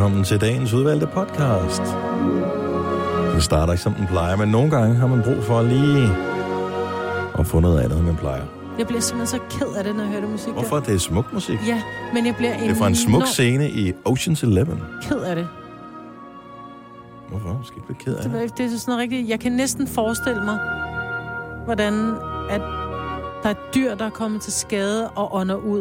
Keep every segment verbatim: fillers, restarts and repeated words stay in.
velkommen til dagens udvalgte podcast. Den starter ikke som den plejer, men nogle gange har man brug for lige at få noget andet, end man plejer. Jeg bliver simpelthen så ked af det, når jeg hører det musik. Hvorfor? Det er smuk musik. Ja, men jeg bliver en... Det er fra en smuk scene i Ocean's Eleven. Ked af det. Hvorfor? Skal ikke blive ked af det? Det, det er sådan noget rigtigt... Jeg kan næsten forestille mig, hvordan at der er dyr, der er kommet til skade og ånder ud.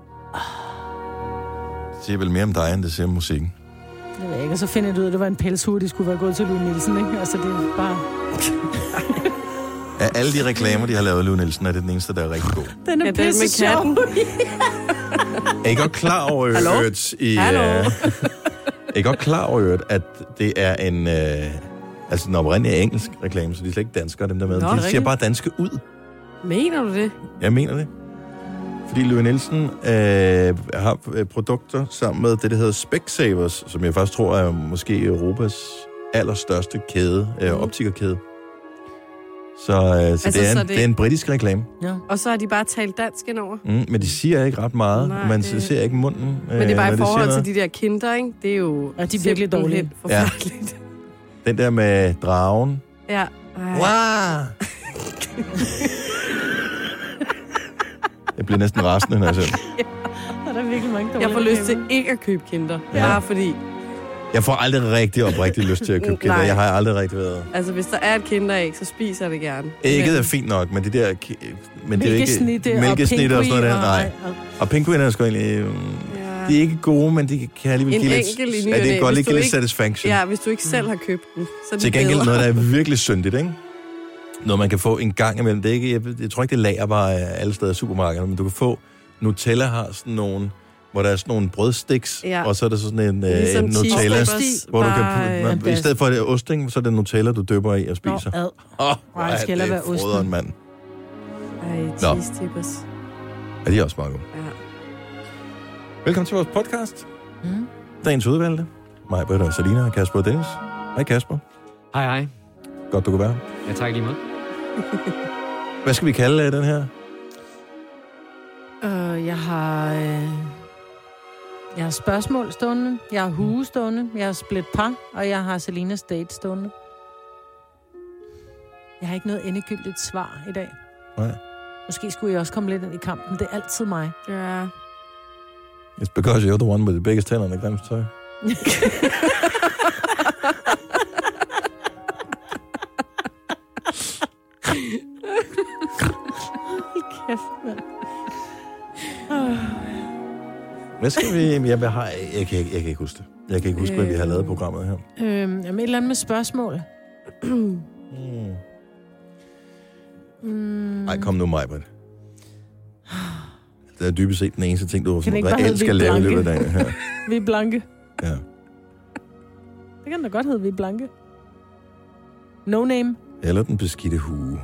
Det siger vel mere om dig, end det siger om musikken. Det ved jeg ikke, og så finder jeg ud af, at det var en pelshue, de skulle være gået til Louis Nielsen, ikke? Altså, det er bare... Af alle de reklamer, de har lavet af Louis Nielsen, er det den eneste, der er rigtig god. Den er ja, pisse sjov. Er I godt klar over, øvrigt, i... Hallo? Uh, er I godt klar over, øvrigt, at det er en... Uh, altså, den oprindelige engelsk reklame, så de er slet ikke danskere, dem der med. Nå, de siger bare danske ud. Mener du det? Jeg mener det. Fordi Louis Nielsen øh, har produkter sammen med det, der hedder Specsavers, som jeg faktisk tror er måske Europas allerstørste kæde, øh, mm. optikerkæde. Så, øh, så, altså, det, er en, så det... det er en britisk reklame. Ja. Og så har de bare talt dansk indover. Mm, men de siger ikke ret meget. Nej, man det... ser ikke munden. Men det er bare øh, i forhold til de der kinder, ikke? Det er jo ja, de er virkelig dårlige. Forfærdeligt. Ja. Den der med dragen. Ja. Wow! Jeg bliver næsten rasende, når jeg ser det. Ja, der er virkelig mange dårlige. Jeg får lyst til ikke at købe kinder. Ja. Bare fordi... Jeg får aldrig rigtig oprigtig lyst til at købe kinder. Jeg har aldrig rigtig været... Altså, hvis der er et kinderæg, så spiser jeg det gerne. Ægget er fint nok, men det der... Men det er ikke... Mælkesnitte og sådan noget der. Nej. Og pinguiner er sgu egentlig... Ja. De er ikke gode, men de kan alligevel en give lidt... En ja, det kan godt lige give lidt ikke, satisfaction. Ja, hvis du ikke selv har købt den, så er det til gengæld bedre. noget, der er virkelig syndigt, ikke? Noget, man kan få en gang imellem. Det er ikke, jeg, jeg tror ikke, det lager bare alle steder i supermarkederne, men du kan få... Nutella har sådan nogle... hvor der er sådan nogle brødstiks, ja. Og så er der sådan en, ligesom en Nutella, hvor du kan putte, i stedet for det osting, så er det Nutella, du døber i og spiser. Nå, ad. Åh, oh, nej, det skal være osten. Mand. Ej, cheese tippers. Ja, de er også meget gode. Ja. Velkommen til vores podcast. Mm. Dagens udvalgte. Mig, Britta og Selina og Kasper og Dennis. Hej Kasper. Hej, hej. Godt, du kan være. Ja, tak lige måde. Hvad skal vi kalde den her? Uh, jeg har... Uh... Jeg har spørgsmål stående, jeg har hue stående, jeg har split par, og jeg har Selinas date stående. Jeg har ikke noget endegyldigt svar i dag. Nej. Måske skulle jeg også komme lidt ind i kampen. Det er altid mig. Ja. It's because you're the one with the biggest tail on the grimmest tøj. Kæft, mand. Hvad skal vi... Jeg, jeg, har, jeg, kan, jeg, jeg kan ikke huske det. Jeg kan ikke huske, øh... hvad vi har lavet programmet her. Øhm, jamen, et eller andet med spørgsmål. mm. mm. Ej, kom nu, Majbert. Det er dybest set den eneste ting, du reelt skal lave lave i løbet af dagen her. Vi er blanke. Ja. Det kan da godt hedde, vi er blanke. No name. Eller den beskidte hue.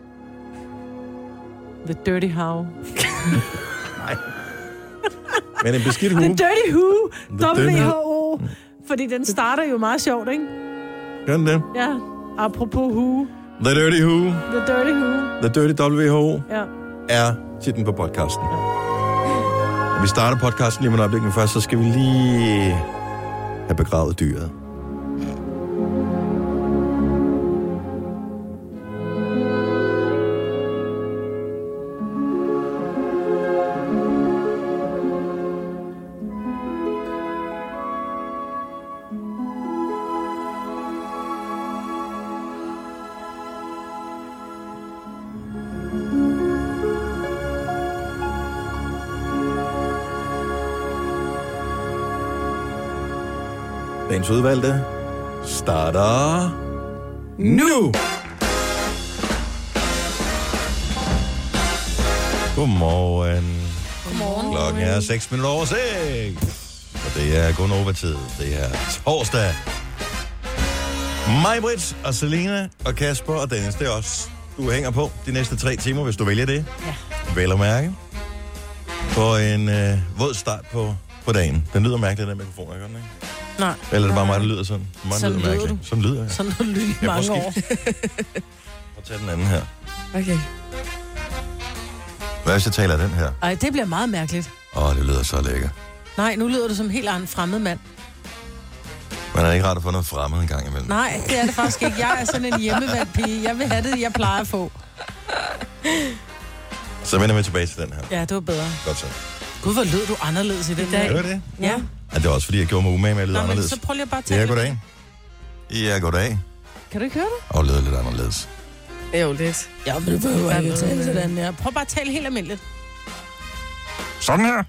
The dirty how. Nej. Men en beskidt hue. The dirty who. W H O. Fordi den starter jo meget sjovt, ikke? Gør den det? Ja. Apropos who. The dirty who. The dirty who. The dirty W H O. Ja. Er titlen på podcasten. Ja. Vi starter podcasten lige med et øjeblik, men først så skal vi lige have begravet dyret. Dagens udvalgte starter nu! Godmorgen. Godmorgen. Klokken er seks minutter over seks. Og det er Gonova-tid. Det er torsdag. Mig, Britt og Selina og Kasper og Dennis, det er også du hænger på de næste tre timer, hvis du vælger det. Ja. Vel at mærke. For en øh, våd start på, på dagen. Den lyder mærkeligt, den mikrofon, gør den ikke? Nej. Eller er det bare mig, der lyder sådan? Mig, sådan lyder lyder du. Sådan lyder jeg. Sådan har du lydet i mange år. Og tage den anden her. Okay. Hvad hvis jeg taler den her? Ej, det bliver meget mærkeligt. Åh, oh, det lyder så lækker. Nej, nu lyder du som en helt anden fremmed mand. Man er ikke rart at få noget fremmed en gang imellem. Nej, det er det faktisk ikke. Jeg er sådan en hjemmevalgt pige. Jeg vil have det, jeg plejer at få. Så vender vi tilbage til den her. Ja, det var bedre. Godt så. Gud, hvor lød du anderledes i den dag. Det var det? Ja. Ja, det var også fordi, jeg gjorde mig umage med at lyde Nå, anderledes. så prøv lige bare at tale. Ja, goddag. Ja, goddag. Kan du ikke høre det? Og lyde lidt anderledes. Jo, lidt. Ja, men du behøver ikke at tale sådan her. Prøv bare at tale helt almindeligt. Sådan her.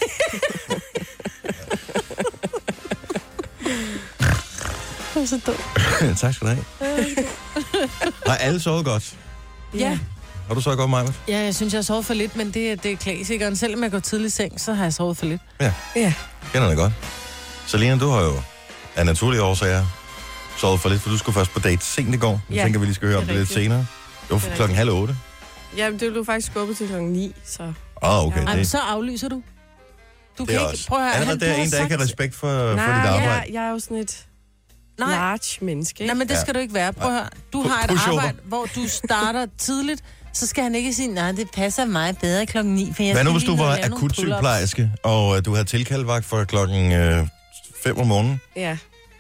Det er så dumt. Tak skal du have. Har alle sovet godt? Ja. Har du sovet godt, Maja? Ja, jeg synes, jeg har sovet for lidt, men det, det er klassikeren. Selvom jeg går tidlig i seng, så har jeg sovet for lidt. Ja. Ja. Kender det godt. Selina, du har jo af naturlige årsager sovet for lidt, for du skulle først på date sent i går. Jeg ja, tænker, vi lige skal høre om det, det lidt senere. Det var for klokken halv otte. Ja, det blev faktisk skubbet til klokken ni, så... Åh, oh, okay. Ej, det, så aflyser du. Du det kan er ikke... også. Prøv at høre, Allerede han, der er du en, der har ikke har sagt- respekt for, Nej, for dit arbejde. jeg, jeg er jo sådan et Nej. large menneske, ikke? Nej, men det skal du ikke være. Prøv at høre. Du har et Pushover. arbejde, hvor du starter tidligt, så skal han ikke sige, nej, det passer mig bedre klokken ni, for jeg Hvad nu, skal hvis lige du ned og var lave nogle akutsygeplejerske, og uh, du havde tilkaldvagt for klokken øh, fem om morgenen? Ja.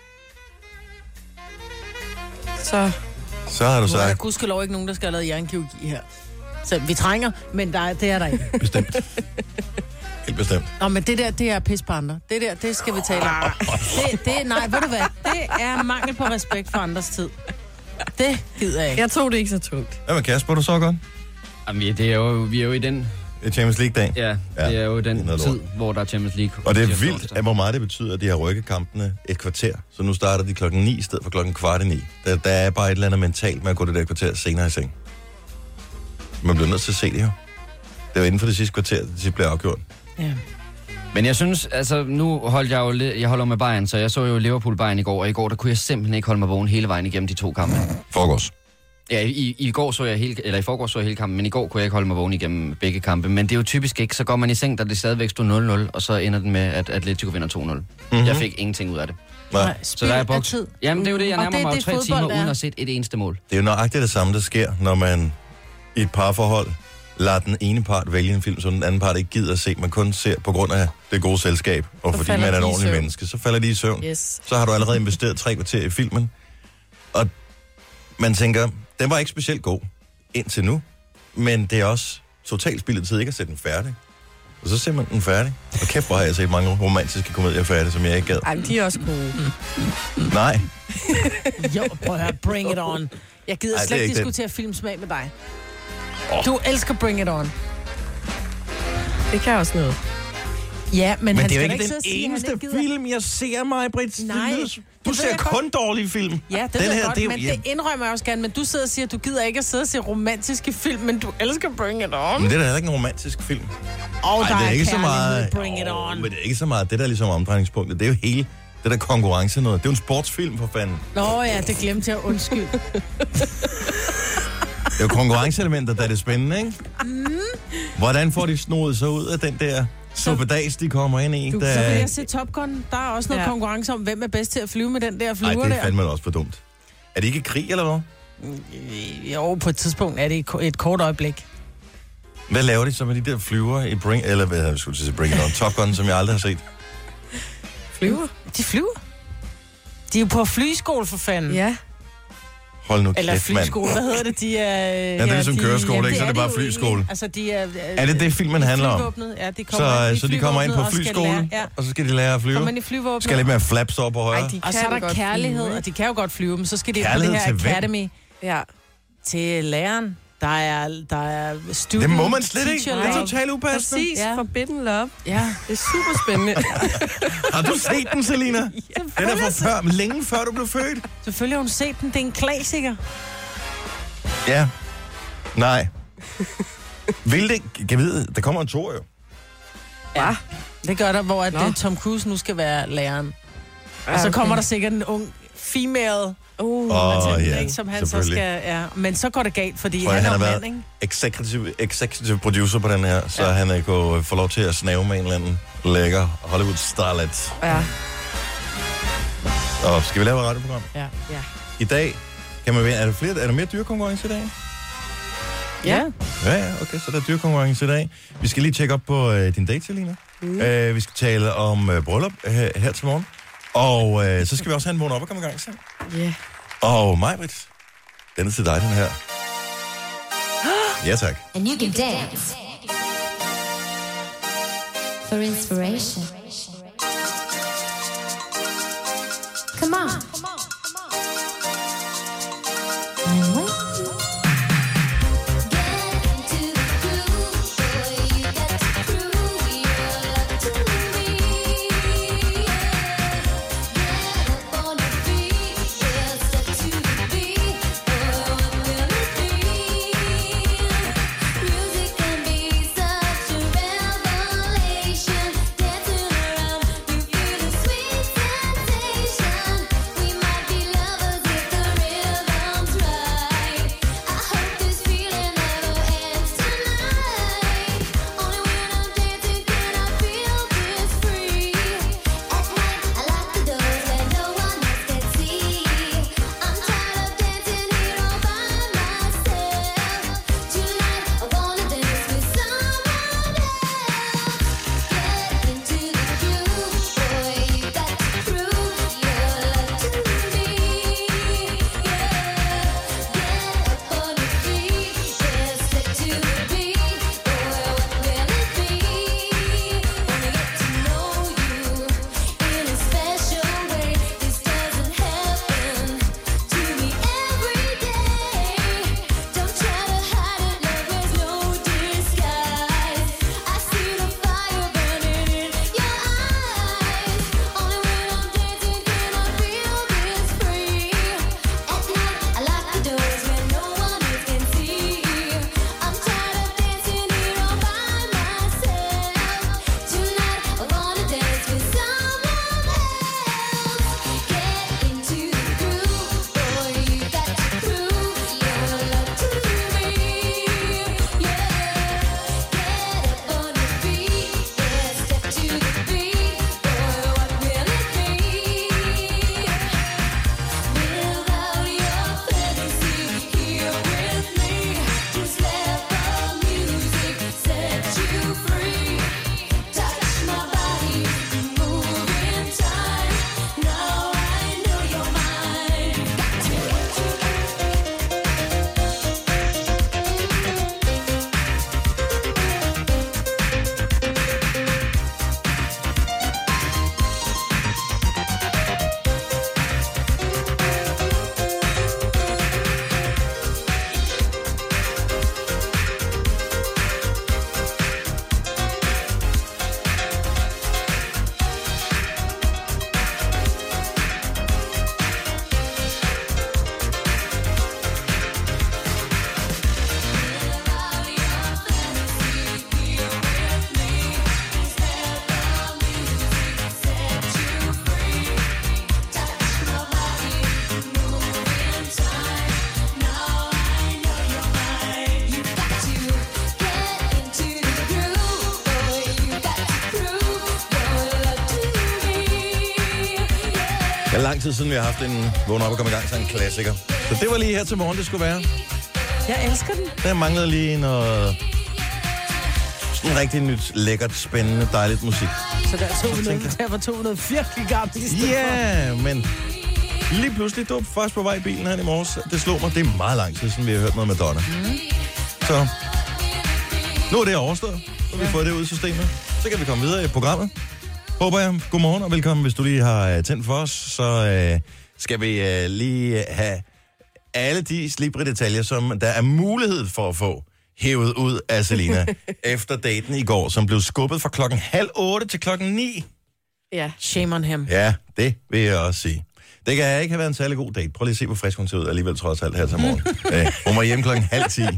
Så... Så har du pull-ups. Nu er der sagt, gudskelov ikke nogen, der skal have lavet hjernkirurgi her. Så vi trænger, men der, er- det er der ikke. bestemt. Helt bestemt. Nå, men det der, det er pis på andre. Det der, det skal vi tale om. Det, det, nej, ved du hvad? Det er mangel på respekt for andres tid. Det gider jeg ikke. Jeg tog det ikke så tungt. Hvad med Kasper, du så godt? Jamen, det er jo, vi er jo i den, Det er Champions League-dag. ja, Ja, det er jo det er den noget tid, lort. hvor der er Champions League. Og det er tirsdag og vildt, onsdag. at hvor meget det betyder, at de har rykket kampene et kvarter. Så nu starter de klokken ni i stedet for klokken kvart i ni. Der, der er bare et eller andet mentalt med at gå det der kvarter senere i seng. Man bliver nødt til at se det jo. Det er jo inden for det sidste kvarter, det bliver afgjort. Ja. Men jeg synes, altså nu holdt jeg jo, li- jeg holder med Bayern, så jeg så jo Liverpool-Bayern i går, og i går, der kunne jeg simpelthen ikke holde mig vågen hele vejen igennem de to kampe. Forgårs. Ja, i, i går så jeg hele, eller i forgår så jeg hele kampen, men i går kunne jeg ikke holde mig vågen igennem begge kampe. Men det er jo typisk ikke, så går man i seng, da det stadigvæk stod nul nul, og så ender den med, at Atletico vinder to nul. Mm-hmm. Jeg fik ingenting ud af det. Nej. Nej, Så der er spild af boks. tid. Jamen, det er jo det, jeg Og nærmer det er mig jo det, tre fodbold timer er. uden at have set et eneste mål. Det er jo nøjagtigt det samme, der sker, når man i et parforhold lader den ene part vælge en film, som den anden part ikke gider at se. Man kun ser på grund af det gode selskab, og Så fordi falder man er et de i ordentligt søvn. menneske. Så falder de i søvn. Yes. Så har du allerede investeret tre kvarter i filmen. Og man tænker, den var ikke specielt god indtil nu, men det er også totalt spildet tid ikke at sætte den færdig. Og så ser man den færdig. Og kæft, hvor har jeg set mange romantiske komedier færdige, som jeg ikke gad. Ej, men de er også gode. Nej. Jo, prøv at høre, bring it on. Jeg gider Ej, det slet er ikke ikke den. diskutere filmsmag med dig. Du elsker bring it on. Det kan også noget. Ja, men, Men han det er jo skal da ikke sidde den og sige, at han eneste ikke gider. film, jeg ser mig, Britt. Nej, Du det ser ved jeg kun dårlige film. Ja, det Den ved jeg her, godt, det er jo- men ja. det indrømmer jeg også gerne. Men du sidder og siger, at du gider ikke at sidde og se romantiske film, men du elsker Bring It On. Men det er da heller ikke en romantisk film. Og Ej, der det er er ikke så kærlighed, meget. Bring It Åh, On. Men det er ikke så meget. Det der er ligesom omdrejningspunktet. Det er jo hele det der konkurrence noget. Det er jo en sportsfilm for fanden. Nå ja, det glemte jeg. Undskyld. Det er jo konkurrenceelementer, der er det spændende, ikke? Mm. Hvordan får de snoet sig ud af den der suppedags, de kommer ind i? Du, der... så vil jeg se Top Gun. Der er også noget Ja. konkurrence om, hvem er bedst til at flyve med den der Ej, flyver det er der. fandme også for dumt. Er det ikke krig, eller hvad? Jo, på et tidspunkt er det et ko- et kort øjeblik. Hvad laver de så med de der flyver i Bring... Eller hvad jeg skulle sige, Bring It On. Top Gun, som jeg aldrig har set. Flyver? De flyver. De er jo på flyskole, for fanden. Ja. Hold nu Eller kæft, mand. flyskole, hvad hedder det? De er... Ja, det er ligesom de, køreskole, ikke? Så er det bare jo flyskole. egentlig. Altså, de er... Er det det, filmen handler om? Flyvåbnet. Ja, de kommer Så, ind i så de kommer ind på flyvåbnet og skal flyskole, lære- Ja, og så skal de lære at flyve? kommer ind i flyvåbnet. Skal lidt mere flaps over på højre? Ej, de Og så er kan der godt kærlighed, flyve, og de kan jo godt flyve, men så skal de på det Kærlighed her til hvem? academy Ja. til læreren. Der er, der er student, Det må man slet ikke. teacher Det er love. totalt upassende. Præcis. Ja. Forbidden Love. Ja. Det er super spændende. Har du set den, Selina? Den er fra før, længe før du blev født. Selvfølgelig har hun set den. Det er en klassiker. Ja. Nej. Vil det... Kan jeg vide, der kommer en tor jo. Ja. Det gør der, hvor at, Nå. uh, Tom Cruise nu skal være læreren. Ja, Og så okay. kommer der sikkert en ung female, Uh, Åh, oh, ja, ikke, som han så selvfølgelig. skal... Ja. Men så går det galt, fordi Tror jeg, han, han er har mand, været ikke? executive, executive producer på den her, så Ja. han er kunne få lov til at snave med en eller anden lækker Hollywood starlet. ja. Og skal vi lave et radioprogram? Ja. Ja. I dag kan man vinde... Er der, flere, er der mere dyrekonkurrence i dag? Ja. Ja, ja, okay, så der er dyrekonkurrence i dag. Vi skal lige tjekke op på øh, din date, Selina. Mm. Øh, vi skal tale om øh, bryllup øh, her til morgen. Og øh, så skal vi også have en vågen op og komme i gang sang. Ja. Yeah. Og Maj-Brit, den er til dig, den her. Ja, tak. And you can dance for inspiration. Come on. And when Det er lang tid siden, vi har haft en vågen op og komme i gang, så en klassiker. Så det var lige her til morgen, det skulle være. Jeg elsker den. Der manglede lige noget sådan rigtig nyt, lækkert, spændende, dejligt musik. Så der, tog vi noget, der var to hundrede virkelig gammelt i stedet Ja, yeah, men lige pludselig, du var først på vej i bilen her i morges. Det slog mig, det er meget lang tid siden, vi har hørt noget med Madonna. Mm. Så nu er det overstået. Nu har vi ja. fået det ud i systemet. Så kan vi komme videre i programmet. Håber jeg. Godmorgen og velkommen. Hvis du lige har tændt for os, så øh, skal vi øh, lige have alle de slibre detaljer, som der er mulighed for at få hævet ud af Selina efter daten i går, som blev skubbet fra klokken halv otte til klokken ni. Ja. Shame on him. Ja, det vil jeg også sige. Det kan ikke have været en særlig god date. Prøv lige at se, hvor frisk hun ser ud alligevel trods alt her til morgen. Æ, hun var hjemme klokken halv ti.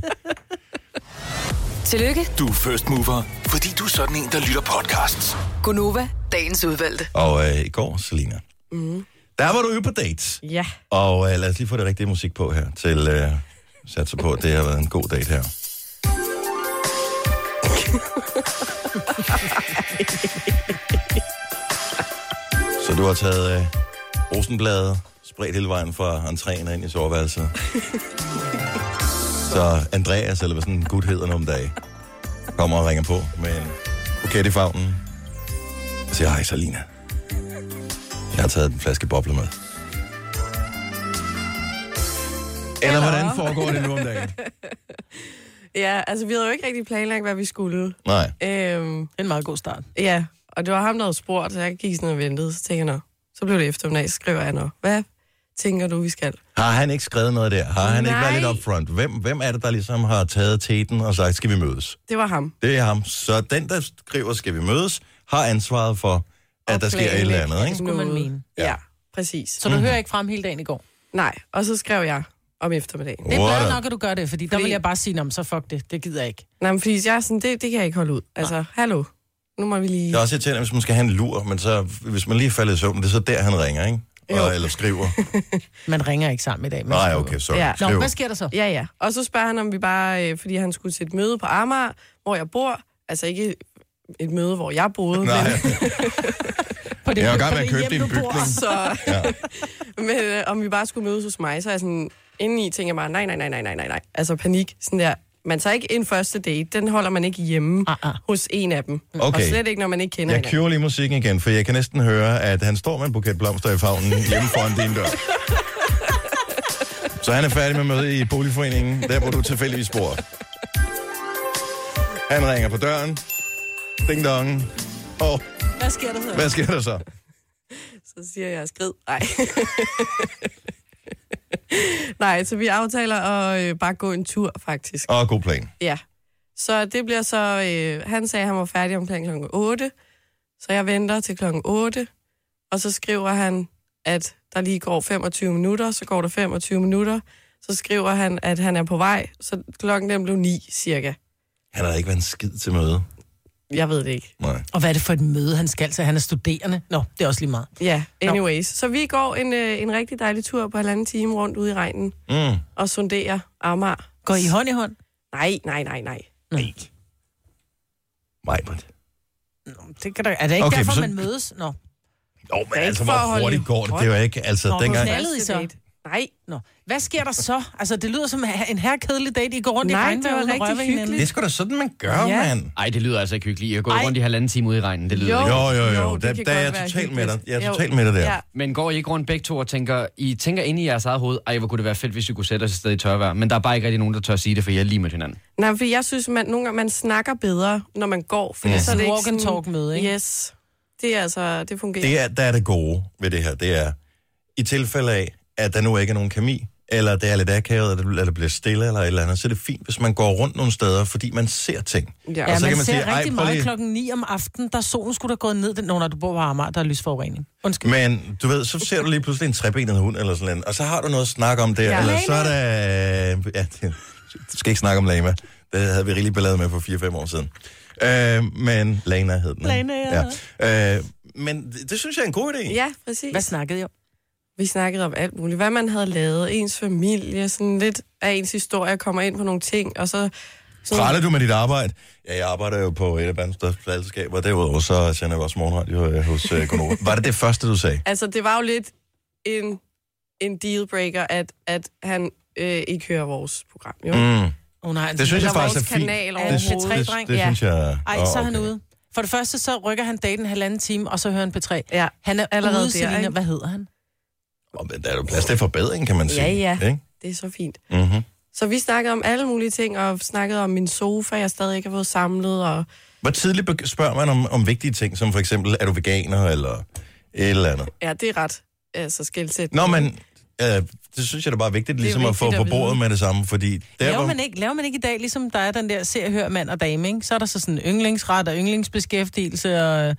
Tillykke. Du er first mover, fordi du er sådan en, der lytter podcasts. Gunova, dagens udvalgte. Og øh, i går, Selina, mm. der var du ude på dates. Ja. Og øh, lad os lige få det rigtige musik på her, til øh, satser på, at det har været en god date her. Så du har taget øh, rosenbladet, spredt hele vejen fra entréen ind i soveværelset. Så Andreas, eller hvad sådan en gut hedder nogle dage, kommer og ringer på med en buket i favnen og siger, hej Selina. Jeg har taget en flaske bobler med. Eller hvordan foregår det nu om dagen? Ja, altså vi havde jo ikke rigtig planlagt, hvad vi skulle. Nej. Øhm, Det er en meget god start. ja, og det var ham, der havde spurgt, så jeg gik sådan og ventede. Så tænkte jeg, nå, så blev det eftermiddag, så skriver jeg, nå, hvad tænker du, vi skal? Har han ikke skrevet noget der? Har han Nej. ikke været lidt upfront? Hvem, hvem er det, der ligesom har taget teten og sagt, skal vi mødes? Det var ham. Det er ham. Så den, der skriver, skal vi mødes, har ansvaret for, at Og der sker et eller planlægge. andet, ikke? Skulle man Noget. mene. Ja, ja præcis. Så du hører ikke frem hele dagen i går? Nej, og så skrev jeg om eftermiddagen. Det er What bedre a- nok, at du gør det, fordi, der Fordi- vil jeg bare sige, "Nå, men så fuck det, det gider jeg ikke." Nej, men fordi jeg er sådan, det, det kan jeg ikke holde ud. Altså, hallo, nu må vi lige... Det er også irriterende, hvis man skal have en lur, men så, hvis man lige falder i søvn, det er så der, han ringer, ikke? Jo. Og, eller skriver. Man ringer ikke sammen i dag. man Nej, skriver. okay, sorry. Ja. Nå, Skriver. hvad sker der så? Ja, ja. Og så spørger han, om vi bare... Øh, fordi han skulle til et møde på Amager, hvor jeg bor. Altså ikke et møde, hvor jeg boede, Nej, men... På det, jeg er i gang på med at det købe hjem, din du bor. bygning. Så, Ja. men øh, om vi bare skulle mødes hos mig, så er jeg sådan, indeni tænker jeg bare, nej, nej, nej, nej, nej, nej, nej. Altså panik, sådan der. Man tager ikke en første date, den holder man ikke hjemme Ah, ah. hos en af dem. Okay. Og slet ikke, når man ikke kender Jeg hinanden. kører lige musikken igen, for jeg kan næsten høre, at han står med en buket blomster i favnen hjemme foran din dør. Så han er færdig med møde i boligforeningen, der hvor du tilfældigvis bor. Han ringer på døren. Ding dong. Og Hvad sker der så? hvad sker der så? Så siger jeg, skrid. Nej. Nej, så vi aftaler at øh, bare gå en tur, faktisk. Åh, god plan. Ja. Så det bliver så... Øh, han sagde, at han var færdig omkring klokken otte. Så jeg venter til klokken otte. Og så skriver han, at der lige går femogtyve minutter. Så går der femogtyve minutter. Så skriver han, at han er på vej. Så klokken den blev ni, cirka. Han har ikke været en skid til møde. Jeg ved det ikke. Nej. Og hvad er det for et møde, han skal til? Han er studerende. Nå, det er også lige meget. Ja, anyways. Så vi går en, øh, en rigtig dejlig tur på halvanden time rundt ude i regnen. Mm. Og sonderer Amager. Går I hånd i hånd? Nej, nej, nej, nej. Nej. Majbert. Nå, det kan der, er det ikke Okay, okay, derfor, så- man mødes? Nå. Jo, men er altså, ikke for at hvor holde hurtigt går det? Det er jo ikke, altså, Nå, dengang... hvor knaldede I så? Første date. Nej, Nå. Hvad sker der så? Altså, det lyder som en her kedelig date. I går rundt Nej, i det regnvejr var uden at rigtig røre ved hinanden. Det er sgu da sådan, man gør, Ja. mand. Ej, det lyder altså ikke hyggeligt. Jeg har gået Ej. rundt i halvanden time ude i regnen. Det lyder Jo. ikke. Jo, jo, jo. Jo, det Der, kan der er godt jeg være totalt med dig. hyggeligt. Jeg er Jo. totalt med dig der. Ja. Men går I ikke rundt begge to og tænker, I tænker inde i jeres eget hoved, ej, hvor kunne det være fedt, hvis vi kunne sætte os et sted i tørvejr. Men der er bare ikke rigtig nogen, der tør sige det, for I er lige med hinanden. Nej, for jeg synes, man nogle gange man snakker bedre, når man går. Fordi Ja. så er det ikke Walk and sådan... talk møde, ikke? Yes. Det er altså, det fungerer. Det er, der er det gode ved det her. Det er, i tilfælde af, at der nu ikke er nogen kemi, eller det er lidt akavet, eller det bliver stille, eller et eller andet, så er det fint, hvis man går rundt nogle steder, fordi man ser ting. Ja. Ja, Og så man, kan man ser sige, ej, rigtig prøv meget lige- klokken ni om aftenen, der solen skulle da gået ned. Den, Nå, når du bor på Amager, der er lysforurening. Undskyld. Men du ved, så ser du lige pludselig en trebenet hund, eller sådan noget, og så har du noget at snakke om der, Ja. eller Lama. så er der... Ja, det, du skal ikke snakke om lama. Det havde vi rigtig ballade med for fire fem år siden. Øh, men Lana hed den. Lana, ja. ja. Øh, men det, det synes jeg er en god idé. Ja, præcis. Hvad snakkede I om? Vi snakkede om alt muligt. Hvad man havde lavet, ens familie, sådan lidt af ens historie, kommer ind på nogle ting, og så... Sådan, Praler du med dit arbejde? Ja, jeg arbejder jo på et af verdens største pladeselskaber, og derudover så sender jeg også morgenradio øh, hos uh, Gonova. Var det det første, du sagde? altså, det var jo lidt en, en dealbreaker, at, at han øh, ikke hører vores program, jo. Mm. Mm. Oh, nej, Det synes jeg Eller faktisk er vores fint. kanal Er Det, han overhovedet. P det, tre-dreng? det Ja. synes jeg... Ej, Åh, så er han okay. ude. For det første, så rykker han daten en halvanden time, og så hører han P tre. Ja, Han er allerede ude, der, Selina. ikke? Hvad hedder han? Åh, men der er jo plads til forbedring, kan man sige. Ja, ja. Ikke? det er så fint. Mm-hmm. Så vi snakkede om alle mulige ting, og snakkede om min sofa, jeg stadig ikke har fået samlet, og Hvor tidligt be- spørger man om, om vigtige ting, som for eksempel, er du veganer, eller et eller andet? ja, det er ret altså, skældsæt. Nå, men øh, det synes jeg da bare er vigtigt, ligesom at få vigtigt på at bordet vide. med det samme, fordi der Laver hvor... man, ikke, laver man ikke i dag, ligesom der er den der se og hør mand og dame, ikke? Så er der så sådan yndlingsret og yndlingsbeskæftigelse, og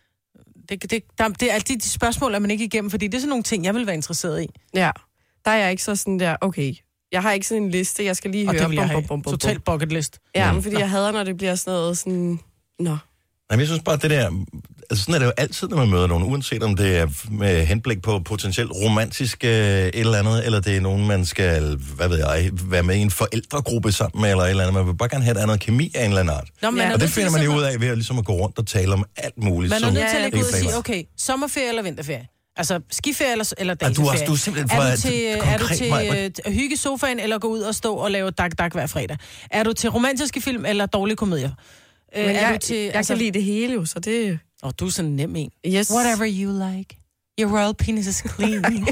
det, det, der, det er altid de spørgsmål, er man ikke igennem, fordi det er sådan nogle ting, jeg vil være interesseret i. Ja, der er jeg ikke så sådan der, okay, jeg har ikke sådan en liste, jeg skal lige Og høre. det vil jeg bum, have. bum, bum, bum, bum. Total bucket list. Ja, men fordi jeg hader, når det bliver sådan noget sådan, nå. Jamen, jeg synes bare, det der... Altså, sådan er det jo altid, når man møder nogen, uanset om det er med henblik på potentielt romantisk øh, et eller andet, eller det er nogen, man skal, hvad ved jeg, være med i en forældregruppe sammen med, eller et eller andet. Man vil bare gerne have et andet kemi af en eller anden art. Nå, man Ja. er Og det nødt til finder man jo ligesom ud af ved at, ligesom at gå rundt og tale om alt muligt. Man er som nødt til at lægge ikke ud og sige, flækker. okay, sommerferie eller vinterferie? Altså skiferie eller, eller Ja, du er dataferie? også- du er simpelthen for er du til, er du konkret, til Maja. øh, at hygge sofaen, eller gå ud og stå og lave dak-dak hver fredag? Er du til romantiske film eller dårlige komedier? Øh, Men er jeg, du til, jeg kan lide det hele jo, så det... Åh, du er sådan en nem en. Yes. Whatever you like. Your royal penis is clean.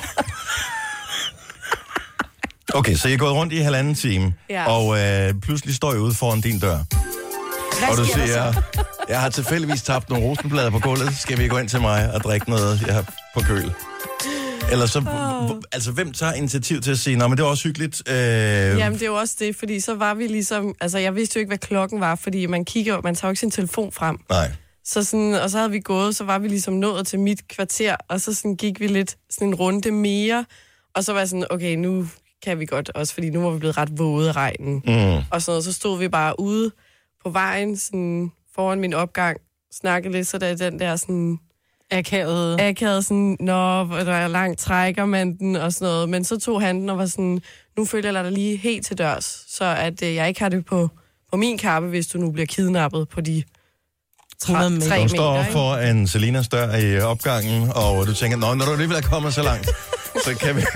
Okay, så jeg er gået rundt i halvanden time, Ja. og øh, pludselig står jeg ude foran din dør. Hvad Og du sker der siger, så? jeg har tilfældigvis tabt nogle rosenblader på gulvet. Skal vi gå ind til mig og drikke noget, jeg har på køl? Eller så, oh. altså hvem tager initiativ til at sige, nå, men det var også hyggeligt. Øh... Jamen, det er jo også det, fordi så var vi ligesom... Altså, jeg vidste jo ikke, hvad klokken var, fordi man kigger, man tager jo ikke sin telefon frem. Nej. Så sådan, og så havde vi gået, så var vi ligesom nået til mit kvarter, og så sådan gik vi lidt sådan en runde mere, og så var jeg sådan, okay, nu kan vi godt også, fordi nu var vi blevet ret våde af regnen. Mm. Og sådan noget, så stod vi bare ude på vejen, sådan foran min opgang, snakkede lidt, så der den der sådan... Akavet. Akavet sådan, nå, der er langt trækker man den, og sådan noget. Men så tog han den og var sådan, nu følger jeg dig lige helt til dørs, så at øh, jeg ikke har det på, på min kappe, hvis du nu bliver kidnappet på de tre meter. Du står for en Selinas dør i opgangen, og du tænker, nå, når du alligevel er kommet så langt, så kan vi...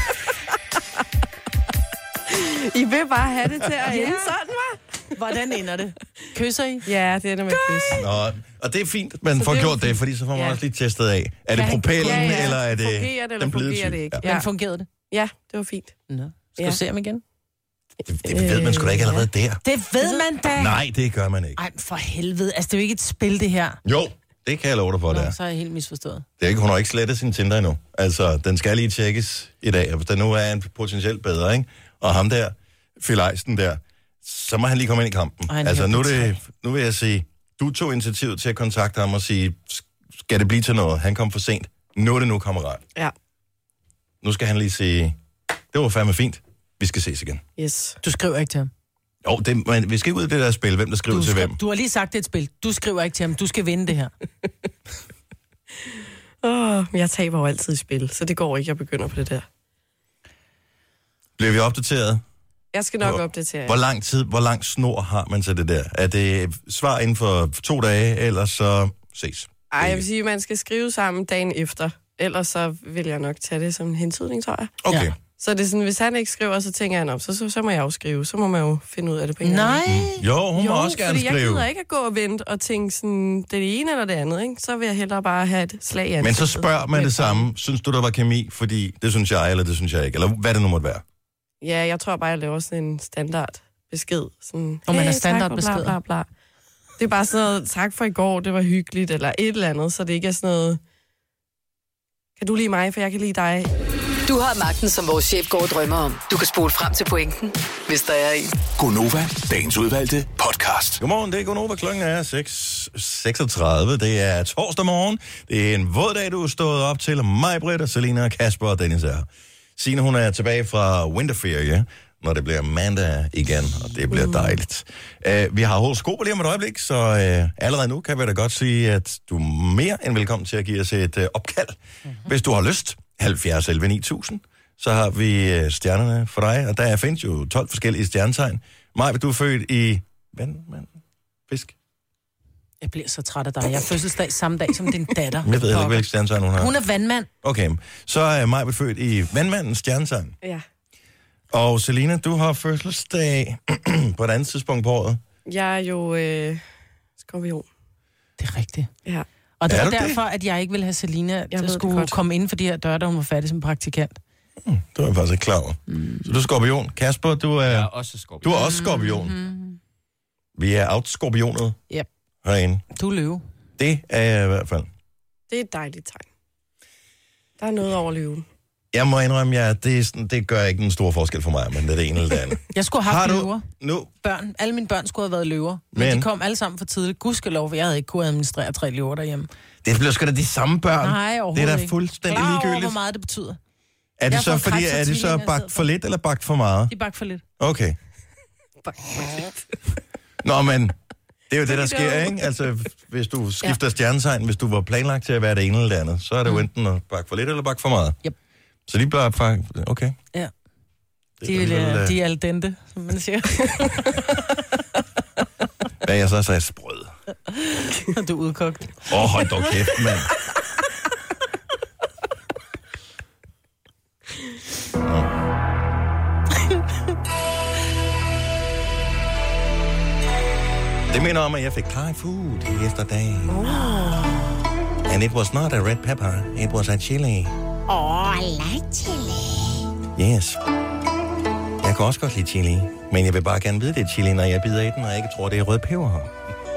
I vil bare have det til at ende sådan, hva'? Hvordan ender det? Kysser I? Ja, det ender med kys. Nå, og det er fint, man Så får det er jo gjort det, fint. fordi så får man Ja. også lige testet af. Er det Ja, propellen, ja, ja. eller er det Fungerer det, eller den blide fungerer type? det ikke? Ja. Men fungerede det? Ja, det var fint. Nå. Skal Ja. du se ham igen? Det, det ved man sgu da ikke allerede der. Det ved man da. Nej, det gør man ikke. Ej, for helvede. Altså, det er jo ikke et spil, det her. Jo, det kan jeg love dig for, Nå, det er. så er jeg helt misforstået. Det er ikke, hun har ikke slettet sin Tinder endnu. Altså, den skal lige tjekkes i dag, og hvis der nu er en potentielt bedre, ikke? Og ham der, Phil Eisen der, så må han lige komme ind i kampen. Ej, Altså, nu, er det det, nu vil jeg sige, du tog initiativ til at kontakte ham og sige, skal det blive til noget? Han kom for sent. Nu er det nu, kammerat. Ja. Nu skal han lige sige, det var fandme fint. Vi skal ses igen. Yes. Du skriver ikke til ham. Jo, det, men vi skal ikke ud af det der spil, hvem der skriver Du, til skal, hvem. du har lige sagt, det er et spil. Du skriver ikke til ham. Du skal vinde det her. Åh, men jeg taber jo altid i spil, så det går ikke, jeg begynder på det der. Bliver vi opdateret? Jeg skal nok Hvor- opdatere jer. Hvor lang tid, hvor lang snor har man til det der? Er det svar inden for to dage, eller så ses? Ej, jeg vil sige, at man skal skrive sammen dagen efter. Ellers så vil jeg nok tage det som en hentydning, tror jeg. Okay. Ja. Så det er sådan, hvis han ikke skriver, så tænker han op, så, så, så må jeg jo skrive. Så må man jo finde ud af det på en eller anden Nej. måde. Jo, hun Jo, må også gerne fordi jeg skrive. gider ikke at gå og vente og tænke sådan, det er det ene eller det andet, ikke? Så vil jeg hellere bare have et slag i Men ansigtet. så spørger man Med det samme. Synes du, der var kemi? Fordi det synes jeg, eller det synes jeg ikke. Eller hvad det nu måtte være. Ja, jeg tror bare, jeg laver sådan en standard besked. Sådan, Og man hey, er tak, standardbeskeder. Bla, bla, bla. Det er bare sådan noget, tak for i går, det var hyggeligt, eller et eller andet, så det ikke er sådan noget, kan du lide mig, for jeg kan lide dig. Du har magten, som vores chef går og drømmer om. Du kan spole frem til pointen, hvis der er en. Gonova, dagens udvalgte podcast. Godmorgen, det er Gunova. Klokken er seks seksogtredive. Det er torsdag morgen. Det er en våd dag, du er stået op til. Mig, Britt, og Selina, Kasper og Dennis er her. Signe, hun er tilbage fra vinterferie, når det bliver mandag igen, og det bliver dejligt. Uh, vi har horoskoper lige om et øjeblik, så uh, allerede nu kan vi da godt sige, at du er mere end velkommen til at give os et uh, opkald, mm-hmm. hvis du har lyst. halvfjerds elleve ni tusind. Så har vi uh, stjernerne for dig, og der findes jo tolv forskellige stjernetegn. Maj, du er født i... Vandmand? Fisk? Jeg bliver så træt af dig. Jeg har fødselsdag samme dag som din datter. Jeg ved heller ikke, hvilken stjernetegn hun har. Hun er vandmand. Okay, så er Maj født i vandmandens stjernetegn. Ja. Og Selina, du har fødselsdag på et andet tidspunkt på året. Jeg er jo øh, skorpion. Det er rigtigt. Ja. Og det Er var du det? derfor, at jeg ikke ville have Selina Jeg til ved at det skulle godt. komme ind for de her døre, da hun var færdig som praktikant. Det var jeg faktisk ikke klar over. Mm. Så du er skorpion. Kasper, du er, Jeg er også skorpion. du er også skorpion. Mm-hmm. Vi er outskorpionet Yep. herinde. Du er løve. Det er jeg i hvert fald. Det er et dejligt tegn. Der er noget over løven. Jeg må indrømme, at det, er sådan, det gør ikke en stor forskel for mig, men det er det ene eller det andet. Jeg skulle have Har haft du løver. nu? Børn. Alle mine børn skulle have været løver. Men, Men- de kom alle sammen for tidligt. Gudskelov, for jeg havde ikke kunnet administrere tre løver derhjemme. Det bliver sgu da de samme børn. Nej, det overhovedet er da ikke. fuldstændig Klar over, ligegyldigt. hvor meget det betyder. Er Jeg det har så, fået fordi, kræft og er det så tvillinger i bagt stedet for for. lidt eller bagt for meget? De bakker for lidt. Okay. Nå, men det er jo det, der sker, ikke? Altså, hvis du skifter ja. stjernetegn, hvis du var planlagt til at være det ene eller det andet, så er det jo enten at bakke for lidt eller bakke for meget. Yep. Så de bliver faktisk... Okay. Ja. Det De, er er, vel, øh, de er al dente, som man siger. Hvad er jeg så? Så er jeg sprød. Du er udkogt. Åh, oh, hold dog kæft, mand. Nå. Det minder om, at jeg fik Thai food yesterday. Oh. And it was not a red pepper, it was a chili. Oh, I like chili. Yes. Jeg kan også godt lide chili, men jeg vil bare gerne vide, det er chili, når jeg bider i den, og jeg ikke tror, det er rød peber her.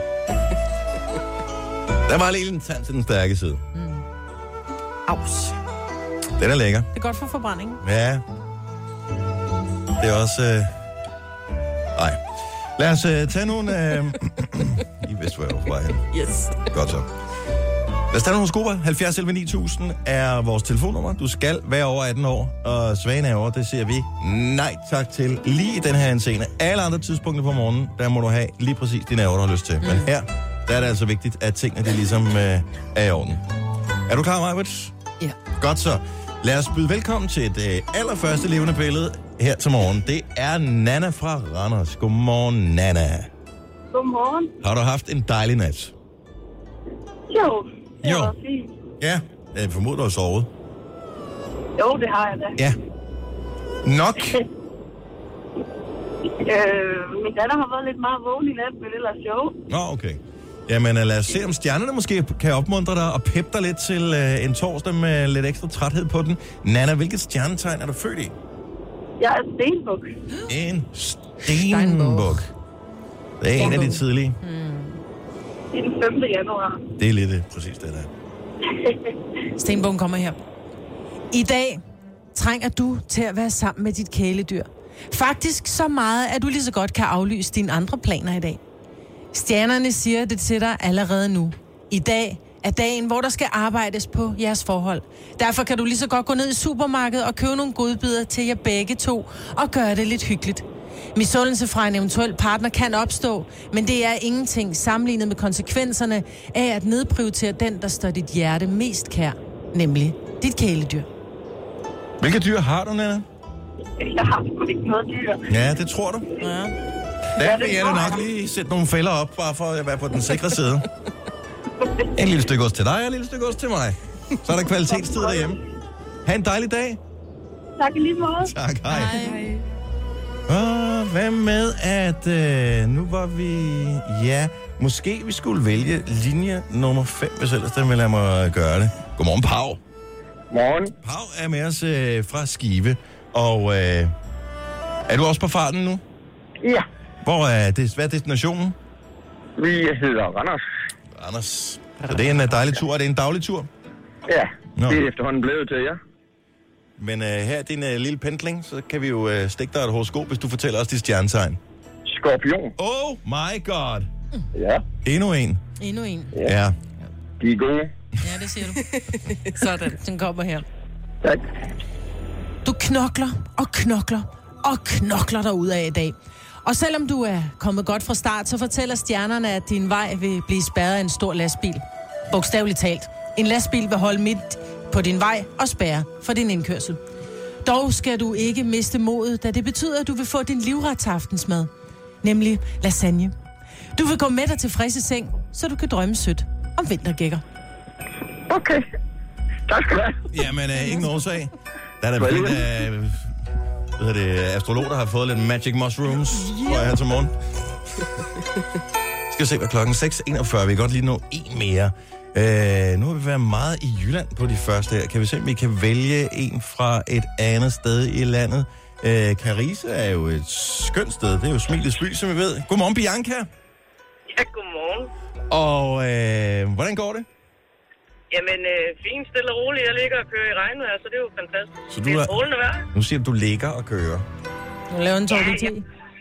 Der var lige en tand til den stærke side. Mm. Aus. Den er lækker. Det er godt for forbrænding. Ja. Det er også... Øh... Nej. Lad os øh, tage nogle... Øh... I vidste, hvor jeg var på vej hen. Yes. Godt så. Lad os tage nogle skober. halvfjerds elleve ni tusind er vores telefonnummer. Du skal være over atten år, og Svane er over. Det siger vi nej tak til. Lige i den her henseende. Alle andre tidspunkter på morgenen, der må du have lige præcis de nerver, du har lyst til. Mm. Men her, der er det altså vigtigt, at tingene de ligesom øh, er i orden. Er du klar, Majbrit? Ja. Godt så. Lad os byde velkommen til det øh, allerførste levende billede her til morgen. Det er Nana fra Randers. Godmorgen, Nana. Godmorgen. Har du haft en dejlig nat? Jo, det Jo. var fint. Ja, jeg formoder, du har sovet. Jo, det har jeg da. Ja. Nok. øh, min datter har været lidt meget vågen i nat med det lille show. Nå, okay. Jamen, lad os se, om stjernerne måske kan opmuntre dig og peppe dig lidt til øh, en torsdag med lidt ekstra træthed på den. Nana, hvilket stjernetegn er du født i? Jeg er stenbuk. En stenbuk. Det er en af de tidlige. Mm. Det er den femte januar. Det er lidt det, præcis det der. Stenbukken kommer her. I dag trænger du til at være sammen med dit kæledyr. Faktisk så meget, at du lige så godt kan aflyse dine andre planer i dag. Stjernerne siger det til dig allerede nu. I dag er dagen, hvor der skal arbejdes på jeres forhold. Derfor kan du lige så godt gå ned i supermarkedet og købe nogle godbidder til jer begge to og gøre det lidt hyggeligt. Misundelse fra en eventuel partner kan opstå, men det er ingenting sammenlignet med konsekvenserne af at nedprioritere den, der står dit hjerte mest kær, nemlig dit kæledyr. Hvilke dyr har du, Nana? Jeg har sgu ikke noget dyr. Ja, det tror du. Ja. Der vil jeg da nok lige sætte nogle fælder op, bare for at være på den sikre side. En lille stykke ost til dig, og en lille stykke ost til mig. Så er der kvalitetstid derhjemme. Ha' en dejlig dag. Tak i lige måde. Tak, hej. Hej. Og hvad med, at øh, nu var vi... Ja, måske vi skulle vælge linje nummer fem, hvis ellers den vil lade mig gøre det. Godmorgen, Pau. Morgen. Pau er med os øh, fra Skive, og øh, er du også på farten nu? Ja. Hvor er det? Hvad er destinationen? Vi hedder Randers. Randers. Så det er en uh, dejlig tur. Er det en daglig tur? Ja, Nå. det er efterhånden blevet til, ja. Men uh, her er din uh, lille pendling, så kan vi jo uh, stikke dig et horoskop, hvis du fortæller os dit stjernetegn. Skorpion. Oh my god. Ja. Endnu en. Endnu en. Ja. ja. De er gode. Ja, det siger du. Sådan. Den kommer her. Tak. Du knokler og knokler og knokler dig ud af i dag. Og selvom du er kommet godt fra start, så fortæller stjernerne, at din vej vil blive spærret af en stor lastbil. Bogstaveligt talt. En lastbil vil holde midt på din vej og spærre for din indkørsel. Dog skal du ikke miste modet, da det betyder, at du vil få din livret til aftensmad. Nemlig lasagne. Du vil gå med dig til frisk seng, så du kan drømme sødt om vintergækker. Okay. Tak skal du have. Jamen, uh, ingen årsag. Der er der blevet uh, hvad hedder det, astrologer, der har fået lidt magic mushrooms, tror jeg, her til morgen. Skal se, hvad klokken seks enogfyrre. Vi kan godt lige nå en mere. Uh, nu har vi været meget i Jylland på de første her. Kan vi se, om vi kan vælge en fra et andet sted i landet? Uh, Carise er jo et skønt sted. Det er jo Smilets by, som vi ved. Godmorgen, Bianca. Ja, godmorgen. Og uh, hvordan går det? Jamen, øh, fint, stille og roligt. Jeg ligger og kører i regnvejr, så det er jo fantastisk. Så du det er er- strålende vejr. Nu siger du, du ligger og kører. Nu laver en Torkel T.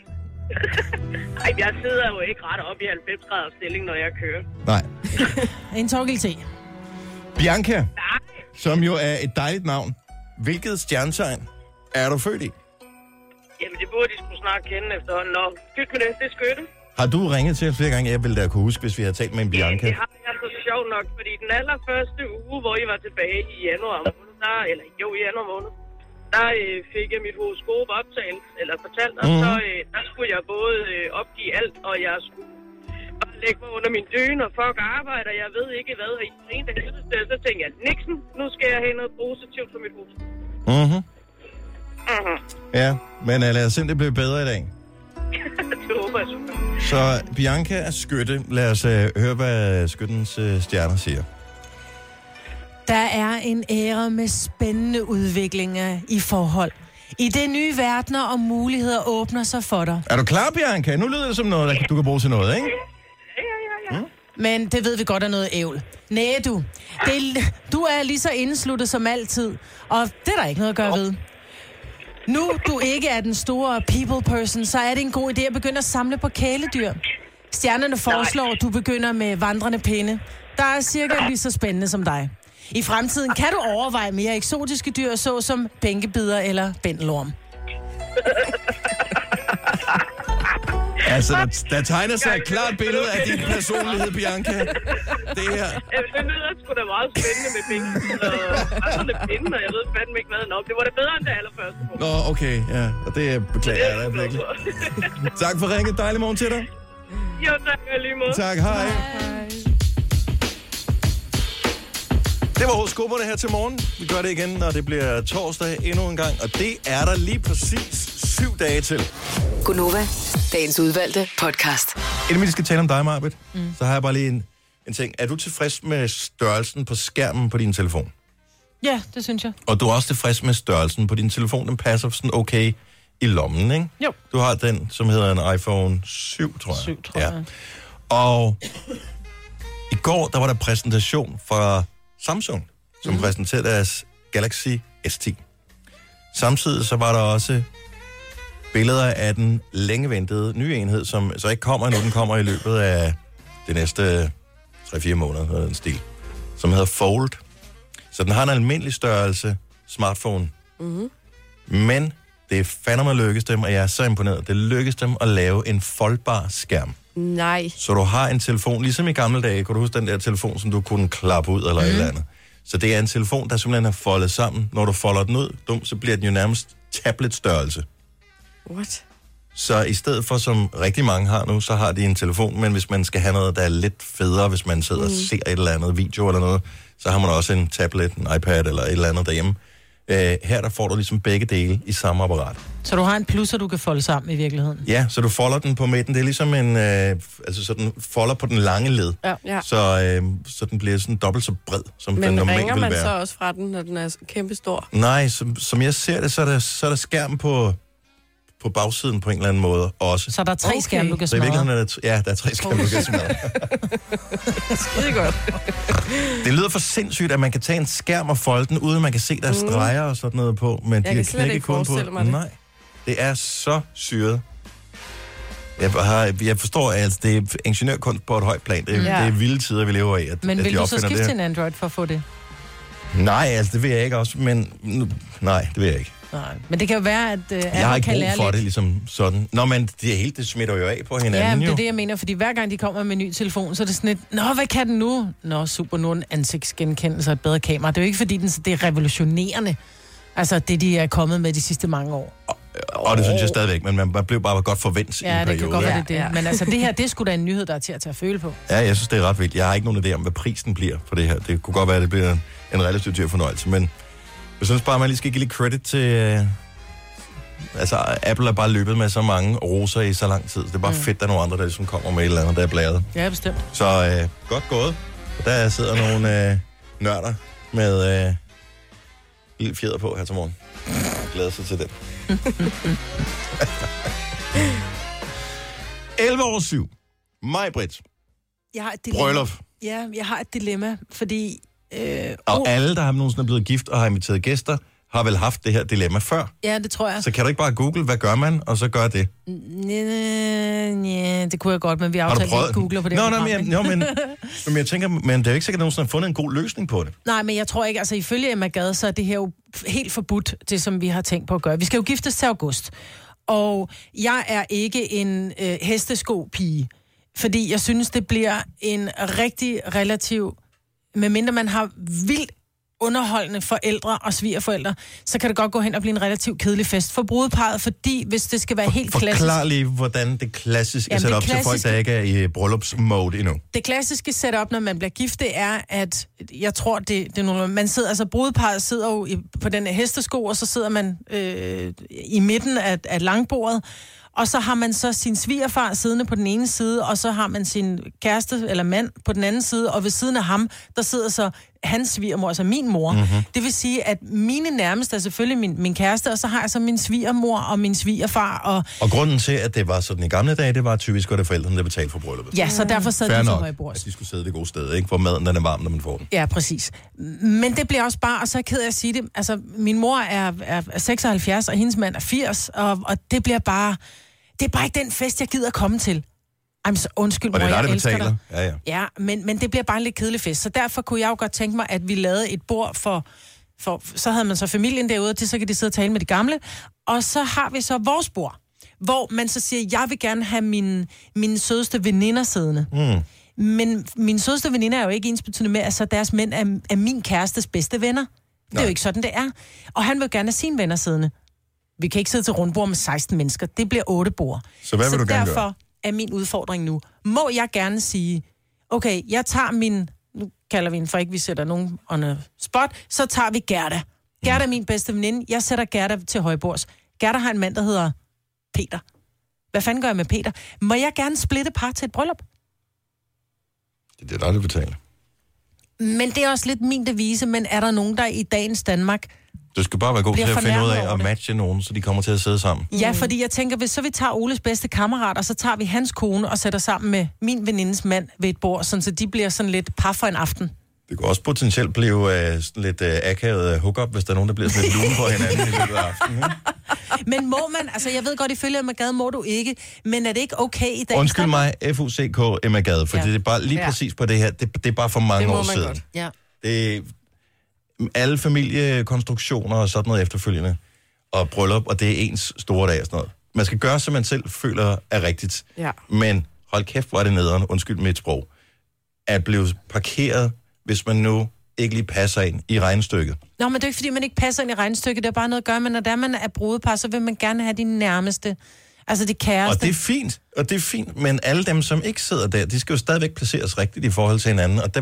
Ej, jeg sidder jo ikke ret op i halvfems graders stilling, når jeg kører. Nej. En Torkel T. Bianca, Nej. som jo er et dejligt navn. Hvilket stjernetegn er du født i? Jamen, det burde de skulle snart kende efterhånden. Nå, skidt med det, det er skytte. Har du ringet til os flere gange? Jeg ville da kunne huske, hvis vi havde talt med en Bianca. Det har jeg så sjovt nok, fordi den allerførste uge, hvor I var tilbage i januar måned, der, eller jo i januar måned, der øh, fik jeg mit horoskop optalt, eller fortalt, og Mhm. så øh, der skulle jeg både øh, opgive alt, og jeg skulle bare lægge mig under min dyne og fuck arbejde, og jeg ved ikke hvad, og i en der helvede, så tænkte jeg, Nixon, nu skal jeg have noget positivt for mit hus. Mhm. Mhm. Ja, men uh, lad os se, om det bliver bedre i dag. Det håber jeg super. Så Bianca er skytte. Lad os uh, høre, hvad skyttens uh, stjerner siger. Der er en æra med spændende udviklinger i forhold. I det nye verdener og muligheder åbner sig for dig. Er du klar, Bianca? Nu lyder det som noget, der du kan bruge til noget, ikke? Ja, ja, ja. Mm? Men det ved vi godt er noget ævl. Næh, du. Det, du er lige så indesluttet som altid, og det er der ikke noget at gøre ved. Nu du ikke er den store people person, så er det en god idé at begynde at samle på kæledyr. Stjernerne foreslår, at du begynder med vandrende pinde. Der er cirka lige så spændende som dig. I fremtiden kan du overveje mere eksotiske dyr, såsom bænkebider eller bændelorm. Altså, der, der tegner sig et klart billede af din personlighed, Bianca. Det her. Ja, det lyder sgu da meget spændende med bænkebider og andre pinde, og jeg ved fandme ikke hvad nok. Det var da bedre end det allerførste. Nå, okay, ja. Og det beklager jeg da virkelig. Tak for ringet. Dejlig morgen til dig. Jo, tak. Lige måde. Tak, hej. hej. Det var horoskoperne her til morgen. Vi gør det igen, når det bliver torsdag endnu en gang. Og det er der lige præcis syv dage til. Gunova, dagens udvalgte podcast. Inden vi skal tale om dig, Marbet, mm. så har jeg bare lige en, en ting. Er du tilfreds med størrelsen på skærmen på din telefon? Ja, det synes jeg. Og du er også tilfreds med størrelsen på din telefon? Den passer sådan okay i lommen, ikke? Jo. Du har den, som hedder en iPhone syv, tror jeg. syv, tror jeg. Ja. Og i går, der var der præsentation fra Samsung, som mm. præsenterede deres Galaxy S ti. Samtidig så var der også billeder af den længe ventede nye enhed, som så ikke kommer endnu, den kommer i løbet af de næste tre fire måneder, eller den stil, som hedder Fold. Så den har en almindelig størrelse smartphone. Mm-hmm. Men det er fandme lykkes dem, og jeg er så imponeret. Det lykkes dem at lave en foldbar skærm. Nej. Så du har en telefon, ligesom i gamle dage, kunne du huske den der telefon, som du kunne klappe ud eller mm. et eller andet. Så det er en telefon, der simpelthen er foldet sammen. Når du folder den ud, dum, så bliver den jo nærmest tablet-størrelse. What? Så i stedet for, som rigtig mange har nu, så har de en telefon, men hvis man skal have noget, der er lidt federe, hvis man sidder mm. og ser et eller andet video eller noget, så har man også en tablet, en iPad eller et eller andet derhjemme. Uh, her der får du ligesom begge dele i samme apparat. Så du har en plusser, du kan folde sammen i virkeligheden? Ja, så du folder den på midten. Det er ligesom en... Uh, altså, så den folder på den lange led. Ja. Ja. Så, uh, så den bliver sådan dobbelt så bred, som Men den normalt vil være. Men ringer man så også fra den, når den er kæmpe stor? Nej, som, som jeg ser det, så er der, så er der skærm på, på bagsiden på en eller anden måde også. Så der er tre okay. skærme, du kan smadre? Så i virkeligheden er der, ja, der er tre skærme, du kan smadre. Skide godt. Det lyder for sindssygt, at man kan tage en skærm og folde den, uden man kan se, der er streger og sådan noget på. Men jeg de kan slet ikke forestille mig det. Nej, det er så syret. Jeg, har, jeg forstår, at altså, det er ingeniørkunst på et højt plan. Det, mm. det er vilde tider, vi lever i. At, men at vil de du så skifte det. til en Android for at få det? Nej, altså det vil jeg ikke også, men nej, det vil jeg ikke. Nej, men det kan jo være, at uh, jeg har ikke kan brug for lidt. det, ligesom sådan. Nå, men det er helt, det smitter jo af på hinanden. Ja, men det jo. er det, jeg mener, fordi hver gang de kommer med en ny telefon, så er det sådan et, nå, hvad kan den nu? Nå, super, nu en ansigtsgenkendelse og et bedre kamera. Det er jo ikke, fordi den, det er revolutionerende, altså det, de er kommet med de sidste mange år. Og, og det synes jeg stadigvæk, men man blev bare godt forventet ja, i en periode. Ja, det kan godt være det, det. Ja. Men altså det her, det er sgu da en nyhed, der er til at tage føle på. Ja, jeg synes, det er ret vildt. Jeg har ikke nogen idé om, hvad prisen bliver for det her. Det kunne godt være, at det bliver en, en relativt dyr fornøjelse, men jeg synes bare, man lige skal give lidt credit til... Uh, altså, Apple er bare løbet med så mange roser i så lang tid. Det er bare mm. fedt, at der er nogle andre, der ligesom kommer med et eller andet, der er blæret. Ja, bestemt. Så uh, godt gået. Og der sidder nogle uh, nørder med uh, lille fjeder på her til morgen. Jeg glæder sig til det. elleve år syv. Maj-Brit. Jeg har et dilemma. Bryllup. Ja, jeg har et dilemma, fordi... Øh, og oh. alle, der har nogensinde blevet gift og har inviteret gæster, har vel haft det her dilemma før. Ja, det tror jeg. Så kan du ikke bare google, hvad gør man, og så gør det? Nej, det kunne jeg godt, men vi aftalte ikke googler på det. Nå, nej, men, jeg, jo, men, men jeg tænker, men det er jo ikke sikkert, at nogen har fundet en god løsning på det. Nej, men jeg tror ikke, altså ifølge Emma Gade, så er det her jo helt forbudt, det som vi har tænkt på at gøre. Vi skal jo giftes til august, og jeg er ikke en øh, hestesko-pige, fordi jeg synes, det bliver en rigtig relativ, medmindre man har vildt underholdende forældre og svigerforældre, så kan det godt gå hen og blive en relativt kedelig fest for brudeparret, fordi hvis det skal være for, helt klassisk... Forklar lige, hvordan det klassiske Jamen, setup, det klassiske, så folk, der ikke er i bryllupsmode endnu. Det klassiske setup, når man bliver gift, det er, at jeg tror, det, det er nogle... Man sidder, altså brudeparret sidder jo i, på den her hestesko, og så sidder man øh, i midten af, af langbordet, og så har man så sin svigerfar siddende på den ene side, og så har man sin kæreste eller mand på den anden side, og ved siden af ham, der sidder så hans svigermor, altså min mor. Mm-hmm. Det vil sige, at mine nærmeste er selvfølgelig min, min kæreste, og så har jeg så min svigermor og min svigerfar. Og, og grunden til, at det var sådan i gamle dage, det var typisk, at det forældrene, der betalte for brylluppet. Ja, så derfor sad de til højbords. At de skulle sidde det gode sted, ikke? Hvor maden den er varm, når man får den. Ja, præcis. Men det bliver også bare, og så er jeg ked af at sige det, altså min mor er, er, er seksoghalvfjerds, og hendes mand er firs, og, og det bliver bare, det er bare ikke den fest, jeg gider komme til. Jamen, så undskyld, mor, jeg elsker dig. Ja, ja. Ja, men, men det bliver bare en lidt kedelig fest. Så derfor kunne jeg jo godt tænke mig, at vi lavede et bord for, for... Så havde man så familien derude, og så kan de sidde og tale med de gamle. Og så har vi så vores bord, hvor man så siger, jeg vil gerne have mine, mine sødeste veninder siddende. Mm. Men mine sødeste veninder er jo ikke ensbetydende med, at så deres mænd er, er min kærestes bedste venner. Det er Nej. jo ikke sådan, det er. Og han vil gerne have sine venner siddende. Vi kan ikke sidde til rundbord med seksten mennesker. Det bliver otte bord. Så hvad vil så du gerne derfor, gøre? Er min udfordring nu. Må jeg gerne sige, okay, jeg tager min, nu kalder vi hende, for ikke vi sætter nogen on a spot, så tager vi Gerda. Gerda er min bedste veninde. Jeg sætter Gerda til højbords. Gerda har en mand, der hedder Peter. Hvad fanden gør jeg med Peter? Må jeg gerne splitte par til et bryllup? Det er dig, du betaler. Men det er også lidt min devise, men er der nogen, der i dagens Danmark... Du skal bare være god til at finde ud af at matche nogen, så de kommer til at sidde sammen. Ja, fordi jeg tænker, hvis så vi tager Oles bedste kammerat, og så tager vi hans kone og sætter sammen med min venindes mand ved et bord, sådan så de bliver sådan lidt par for en aften. Det kan også potentielt blive uh, sådan lidt uh, akavet uh, hookup, hvis der er nogen, der bliver sådan lidt lune på hinanden i løbet af aftenen. Ikke? Men må man, altså jeg ved godt, ifølge Emma Gade må du ikke, men er det ikke okay i dag? Undskyld mig, F U C K Emma Gade, for ja. det er bare lige ja. præcis på det her, det, det er bare for mange år siden. Godt. Ja. Det alle familiekonstruktioner og sådan noget efterfølgende, og bryllup, og det er ens store dag og sådan noget. Man skal gøre, som man selv føler er rigtigt. Ja. Men hold kæft, hvor er det nederen, undskyld mit sprog, at blive parkeret, hvis man nu ikke lige passer ind i regnestykket. Nå, men det er ikke, fordi man ikke passer ind i regnestykket, det er bare noget at gøre, men når der man er brudepar, så vil man gerne have de nærmeste, altså de kæreste. Og det er fint, og det er fint, men alle dem, som ikke sidder der, de skal jo stadigvæk placeres rigtigt i forhold til hinanden, og der...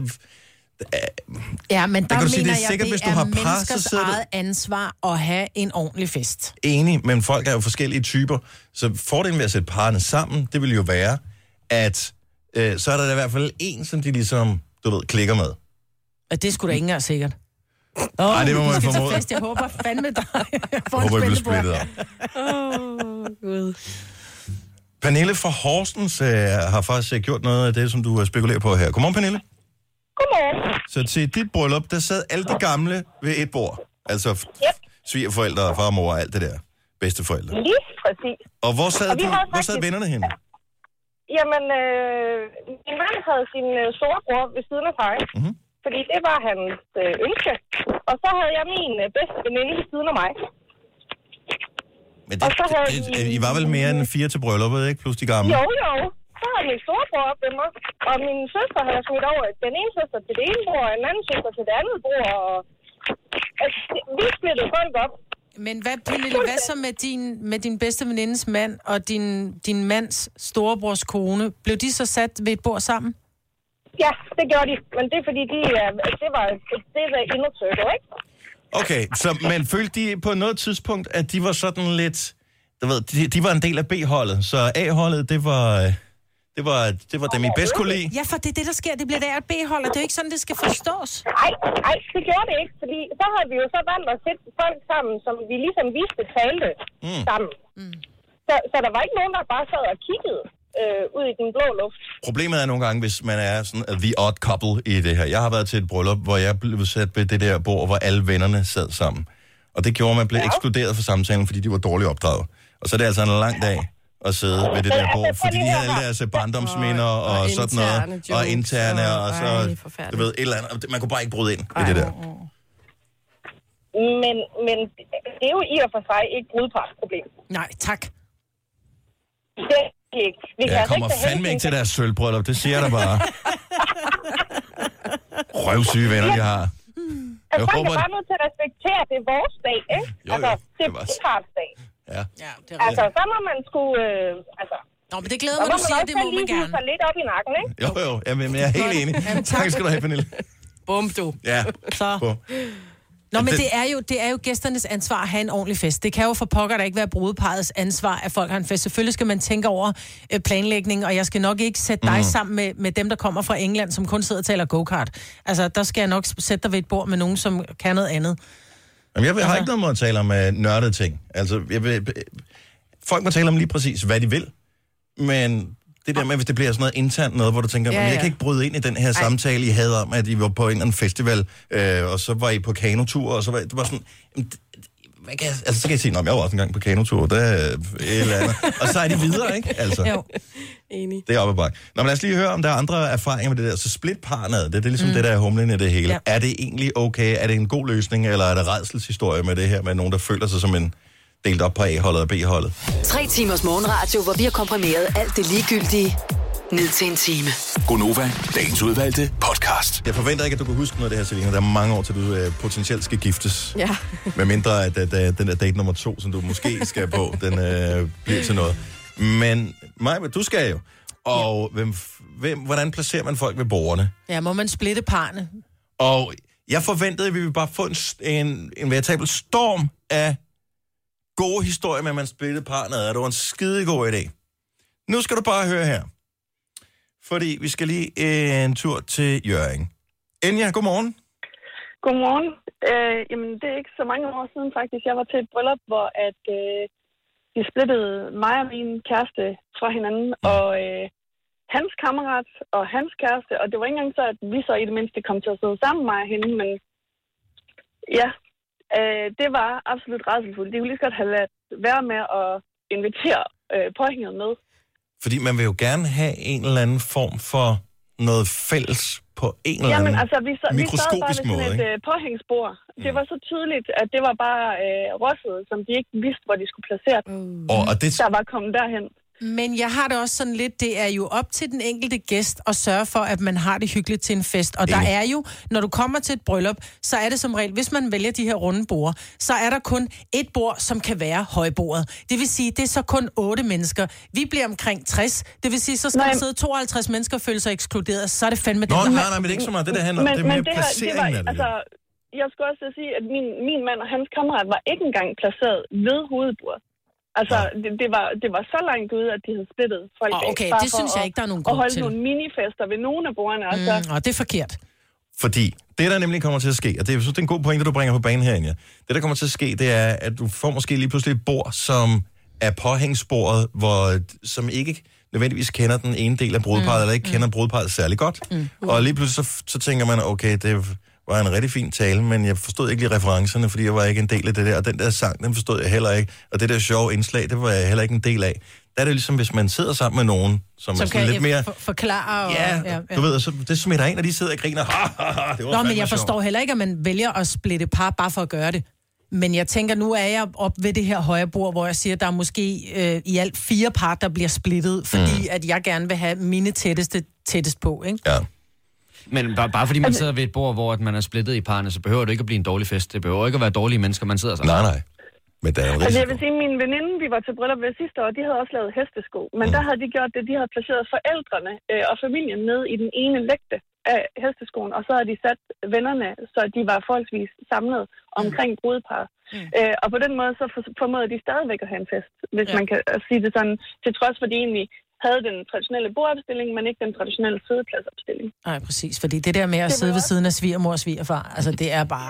Ja, men der, der mener sige, det er jeg, sikkert, det hvis du er har menneskers par, eget ansvar at have en ordentlig fest. Enig, men folk er jo forskellige typer, så fordelen ved at sætte parerne sammen, det vil jo være, at øh, så er der i hvert fald en, som de ligesom, du ved, klikker med. Og det skulle da ikke engang sikkert. Nej, oh, det må man formode. Fest. Jeg håber fandme dig. Jeg håber, I bliver splittet op. Åh, oh, Gud. Pernille fra Horsens øh, har faktisk gjort noget af det, som du spekulerer på her. Godmorgen, Pernille. Godmorgen. Så til dit bryllup, der sad alle de gamle ved et bord. Altså yep. svigerforældre, far og mor og alt det der. Bedsteforældre. Lige præcis. Og hvor sad, og de, faktisk... hvor sad vennerne henne? Jamen, øh, min mand havde sin øh, storebror ved siden af sig. Mm-hmm. Fordi det var hans øh, ønske. Og så havde jeg min øh, bedste veninde ved siden af mig. Men det, det, det, I var vel mere end fire til brylluppet, ikke? Plus de gamle? Jo, jo. Så havde min storebror op ved mig. Og min søster havde smidt over den ene søster til det ene bord, og den anden søster til det andet bord. Og... Altså, vi splittede folk op. Men hvad, Pernille, hvad så med din, med din bedste venindes mand og din, din mands storebrors kone? Blev de så sat ved et bord sammen? Ja, det gjorde de. Men det er fordi, de, det var det var endnu tøkker, ikke? Okay, så man følte de på noget tidspunkt, at de var sådan lidt... Du ved, de, de var en del af B-holdet, så A-holdet, det var... Det var, det var dem, I bedst kunne lide. Ja, for det er det, der sker. Det bliver der et B-hold, og det er jo ikke sådan, det skal forstås. Nej, nej, det gjorde det ikke, fordi så havde vi jo så valgt at sætte folk sammen, som vi ligesom viste talte mm. sammen. Mm. Så, så der var ikke nogen, der bare sad og kiggede øh, ud i den blå luft. Problemet er nogle gange, hvis man er sådan uh, the odd couple i det her. Jeg har været til et bryllup, hvor jeg blev sat ved det der bord, hvor alle vennerne sad sammen. Og det gjorde, at man blev ja. ekskluderet fra samtalen, fordi de var dårligt opdraget. Og så er det altså en lang dag at sidde ved det der bord, fordi de havde alle deres barndomsminder og, og, og sådan noget, og interne, og, og så, ej, du ved, et eller andet. Man kunne bare ikke bryde ind ej, i det der. Men, men det er jo i og for sig ikke brudparsproblem. Nej, tak. Det er ikke. Vi jeg kan kommer fandme ikke til deres sølvbryllup, det siger der bare. Røvsyge venner, de har. Jeg altså, håber, er bare nødt til at respektere, at det er vores dag, ikke? Jo, jo, altså, det er brudparsdag. Ja. Ja, det er altså, så må man sgu... Øh, altså, Nå, men det glæder mig, du siger, det må man gerne. Så lidt op i nakken, ikke? Jo, jo, jamen, jeg er helt enig. Tak skal du have, Pernille. Bum, du. Ja, så. Bum. Nå, men det er, jo, det er jo gæsternes ansvar at have en ordentlig fest. Det kan jo for pokker der ikke være brudeparrets ansvar, at folk har en fest. Selvfølgelig skal man tænke over øh, planlægning, og jeg skal nok ikke sætte dig mm. sammen med, med dem, der kommer fra England, som kun sidder og taler go-kart. Altså, der skal jeg nok sætte dig ved et bord med nogen, som kan noget andet. Jamen, jeg har altså... ikke noget med at tale om uh, nørdede ting. Altså, jeg vil, folk må tale om lige præcis, hvad de vil, men... Det der med, hvis det bliver sådan noget internt noget, hvor du tænker, ja, ja. jeg kan ikke bryde ind i den her Ej. samtale, I havde om, at I var på en eller anden festival, øh, og så var I på kanotur, og så var det var sådan... Hvad kan jeg, altså, så kan jeg sige, at jeg var også engang på kanotur, der er et eller andet. Og så er de videre, ikke? Altså, jo, enig. Det er oppe ad bakke. Nå, men lad os lige høre, om der er andre erfaringer med det der. Så splitpartneret, det, det er ligesom mm. det, der er humlen i det hele. Ja. Er det egentlig okay? Er det en god løsning, eller er det rædselshistorie med det her, med nogen, der føler sig som en... delt op på A-holdet og B-holdet. Tre timers morgenradio, hvor vi har komprimeret alt det ligegyldige ned til en time. Gonova, dagens udvalgte podcast. Jeg forventer ikke, at du kan huske noget af det her, Selina. Der er mange år, til du uh, potentielt skal giftes. Ja. Med mindre, at, at, at den der date nummer to, som du måske skal på, den uh, bliver til noget. Men Maja, du skal jo. Og ja. hvem, hvem, hvordan placerer man folk ved bordene? Ja, må man splitte parne? Og jeg forventede, at vi ville bare få en, en, en veritabel storm af gode historie med, at man splittede parnet. Det var en skidegod idé. Nu skal du bare høre her. Fordi vi skal lige en tur til Hjørring. Enja, godmorgen. Godmorgen. Øh, jamen, det er ikke så mange år siden faktisk. Jeg var til et bryllup, hvor at, øh, de splittede mig og min kæreste fra hinanden, mm. og øh, hans kammerat og hans kæreste, og det var ikke engang så, at vi så i det mindste kom til at sidde sammen med mig og hende, men ja... Øh, det var absolut rædselsfuldt. De kunne lige så godt have ladt være med at invitere øh, påhænget med. Fordi man vil jo gerne have en eller anden form for noget fælles på en eller anden Jamen, altså, vi så, mikroskopisk vi sad bare ved sådan måde, et øh, påhængsbord. Mm. Det var så tydeligt, at det var bare øh, rosset, som de ikke vidste, hvor de skulle placere den. Mm. Og, og det... Der var kommet derhen. Men jeg har det også sådan lidt, det er jo op til den enkelte gæst at sørge for, at man har det hyggeligt til en fest. Og der er jo, når du kommer til et bryllup, så er det som regel, hvis man vælger de her runde bord, så er der kun et bord, som kan være højbordet. Det vil sige, det er så kun otte mennesker. Vi bliver omkring tres. Det vil sige, så skal nej. der sidde tooghalvtreds mennesker og føle sig ekskluderet. Så er det fandme Nå, det. Nej, nej, men det er ikke så meget det, der handler om. Det er mere placeringen af det. Altså, jeg skulle også sige, at min, min mand og hans kammerat var ikke engang placeret ved hovedbordet. Altså, det, det, var, det var så langt ude, at de havde splittet folk oh, okay, af. Det synes jeg ikke, der er nogen grund til. Og holde nogle minifester ved nogle af bordene. Altså. Mm, og det er forkert. Fordi det, der nemlig kommer til at ske, og det er, det er en god pointe, du bringer på banen herinde, ja. Det, der kommer til at ske, det er, at du får måske lige pludselig et bord, som er påhængsbordet, hvor, som ikke nødvendigvis kender den ene del af brudeparret, mm. eller ikke mm. kender brudeparret særlig godt. Mm. Og lige pludselig så, så tænker man, okay, det var en rigtig fin tale, men jeg forstod ikke lige referencerne, fordi jeg var ikke en del af det der, og den der sang, den forstod jeg heller ikke, og det der sjove indslag, det var jeg heller ikke en del af. Der er det ligesom, hvis man sidder sammen med nogen, som, som er sådan lidt mere... For, forklare og... Ja, ja, ja, du ved, så det smitter ind, og de sidder og griner. Ha, ha, ha, det var Nå, men jeg forstår sjov. heller ikke, at man vælger at splitte par bare for at gøre det. Men jeg tænker, nu er jeg op ved det her højre bord, hvor jeg siger, at der er måske øh, i alt fire par, der bliver splittet, fordi mm. at jeg gerne vil have mine tætteste tættest på, ikke? Ja. Men bare, bare fordi man sidder ved et bord, hvor man er splittet i parne, så behøver det ikke at blive en dårlig fest. Det behøver ikke at være dårlige mennesker, man sidder sammen. Nej, nej. Men der er jo altså, jeg vil sige, min veninde, vi var til bryllup ved sidste år, de havde også lavet hestesko. Men mm. der havde de gjort det, de havde placeret forældrene øh, og familien ned i den ene lægte af hesteskoen, og så havde de sat vennerne, så de var forholdsvis samlet omkring mm. brudeparret. Mm. Øh, og på den måde, så formåede de stadigvæk at have en fest, hvis ja. man kan sige det sådan, til trods for de egentlig havde den traditionelle bordopstilling, men ikke den traditionelle sædepladsopstilling. Nej, præcis, fordi det der med at det sidde ved siden af svigermor og svigerfar, altså det er bare...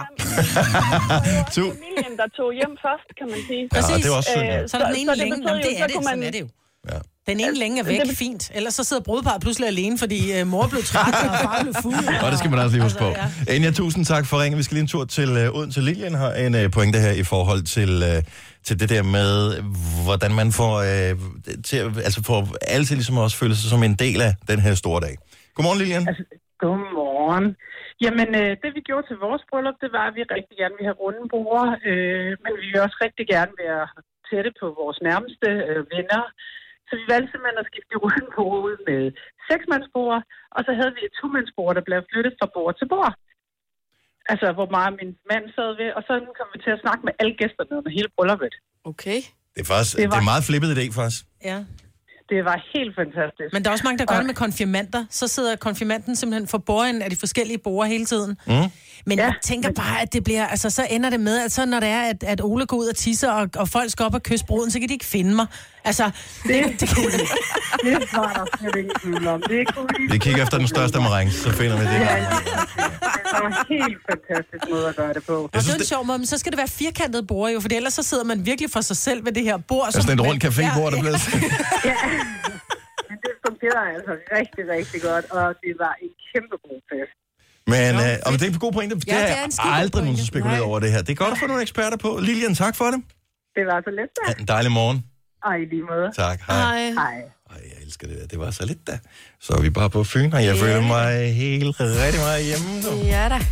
Det var familien, der tog hjem først, kan man sige. Præcis. Ja, det er også synd. Øh, så, så den ene længe, Jamen, det er det, sådan er det jo. Ja. Den ene længe er væk, det... fint. Ellers så sidder brudeparret pludselig alene, fordi uh, mor blev træt, og far blev fuld. Og det skal man også lige huske altså, på. Ja. Enja, tusind tak for ringen. Vi skal lige en tur til uh, Odense. Lilian har en uh, pointe her i forhold til, uh, til det der med, hvordan man får, uh, til, altså får altid ligesom også føle sig som en del af den her store dag. Godmorgen, Lilian. Altså, godmorgen. Jamen, øh, det vi gjorde til vores bryllup, det var, at vi rigtig gerne ville have runde borde, øh, men vi ville også rigtig gerne være tætte på vores nærmeste øh, venner. Så vi valgte simpelthen at skifte runde bord ud med seksmandsbord, og så havde vi et tomandsbord, der blev flyttet fra bord til bord. Altså, hvor meget min mand sad ved, og så kom vi til at snakke med alle gæsterne under hele brylluppet. Okay. Det er faktisk det, var... det er meget flippet idé, faktisk. Ja. det var helt fantastisk. Men der er også mange, der gør det med konfirmander. Så sidder konfirmanden simpelthen for bordenden af de forskellige borde hele tiden. Mm. Men ja, jeg tænker bare, at det bliver... Altså, så ender det med, at så når det er, at, at Ole går ud og tisser, og, og folk skal op og kysse bruden, så kan de ikke finde mig. Altså... Det, det, det, det var der slet ikke tvivl om. Det er vi kigger efter den største marengs, så finder vi det. Ja, det var en helt fantastisk måde at gøre det på. Og det er en sjov måde, men så skal det være firkantet bord jo, for ellers så sidder man virkelig for sig selv ved det her bord. Altså, det er en rundt cafébord, der bliver... Ja, men det fungerer altså rigtig, rigtig godt, og det var en kæmpe god fest. Men, øh, og det er en god pointe, det, ja, det er jeg aldrig nogen, som spekulerer over det her. Det er godt at få nogle eksperter på. Lilian, tak for det. Det var så lidt, da. Ja, en dejlig morgen. Ej, lige måde. Tak, hej. Hej. Ej, jeg elsker det der. Det var så lidt, da. Så er vi bare på Fyn, og jeg yeah. føler mig helt rigtig meget hjemme nu. Ja da.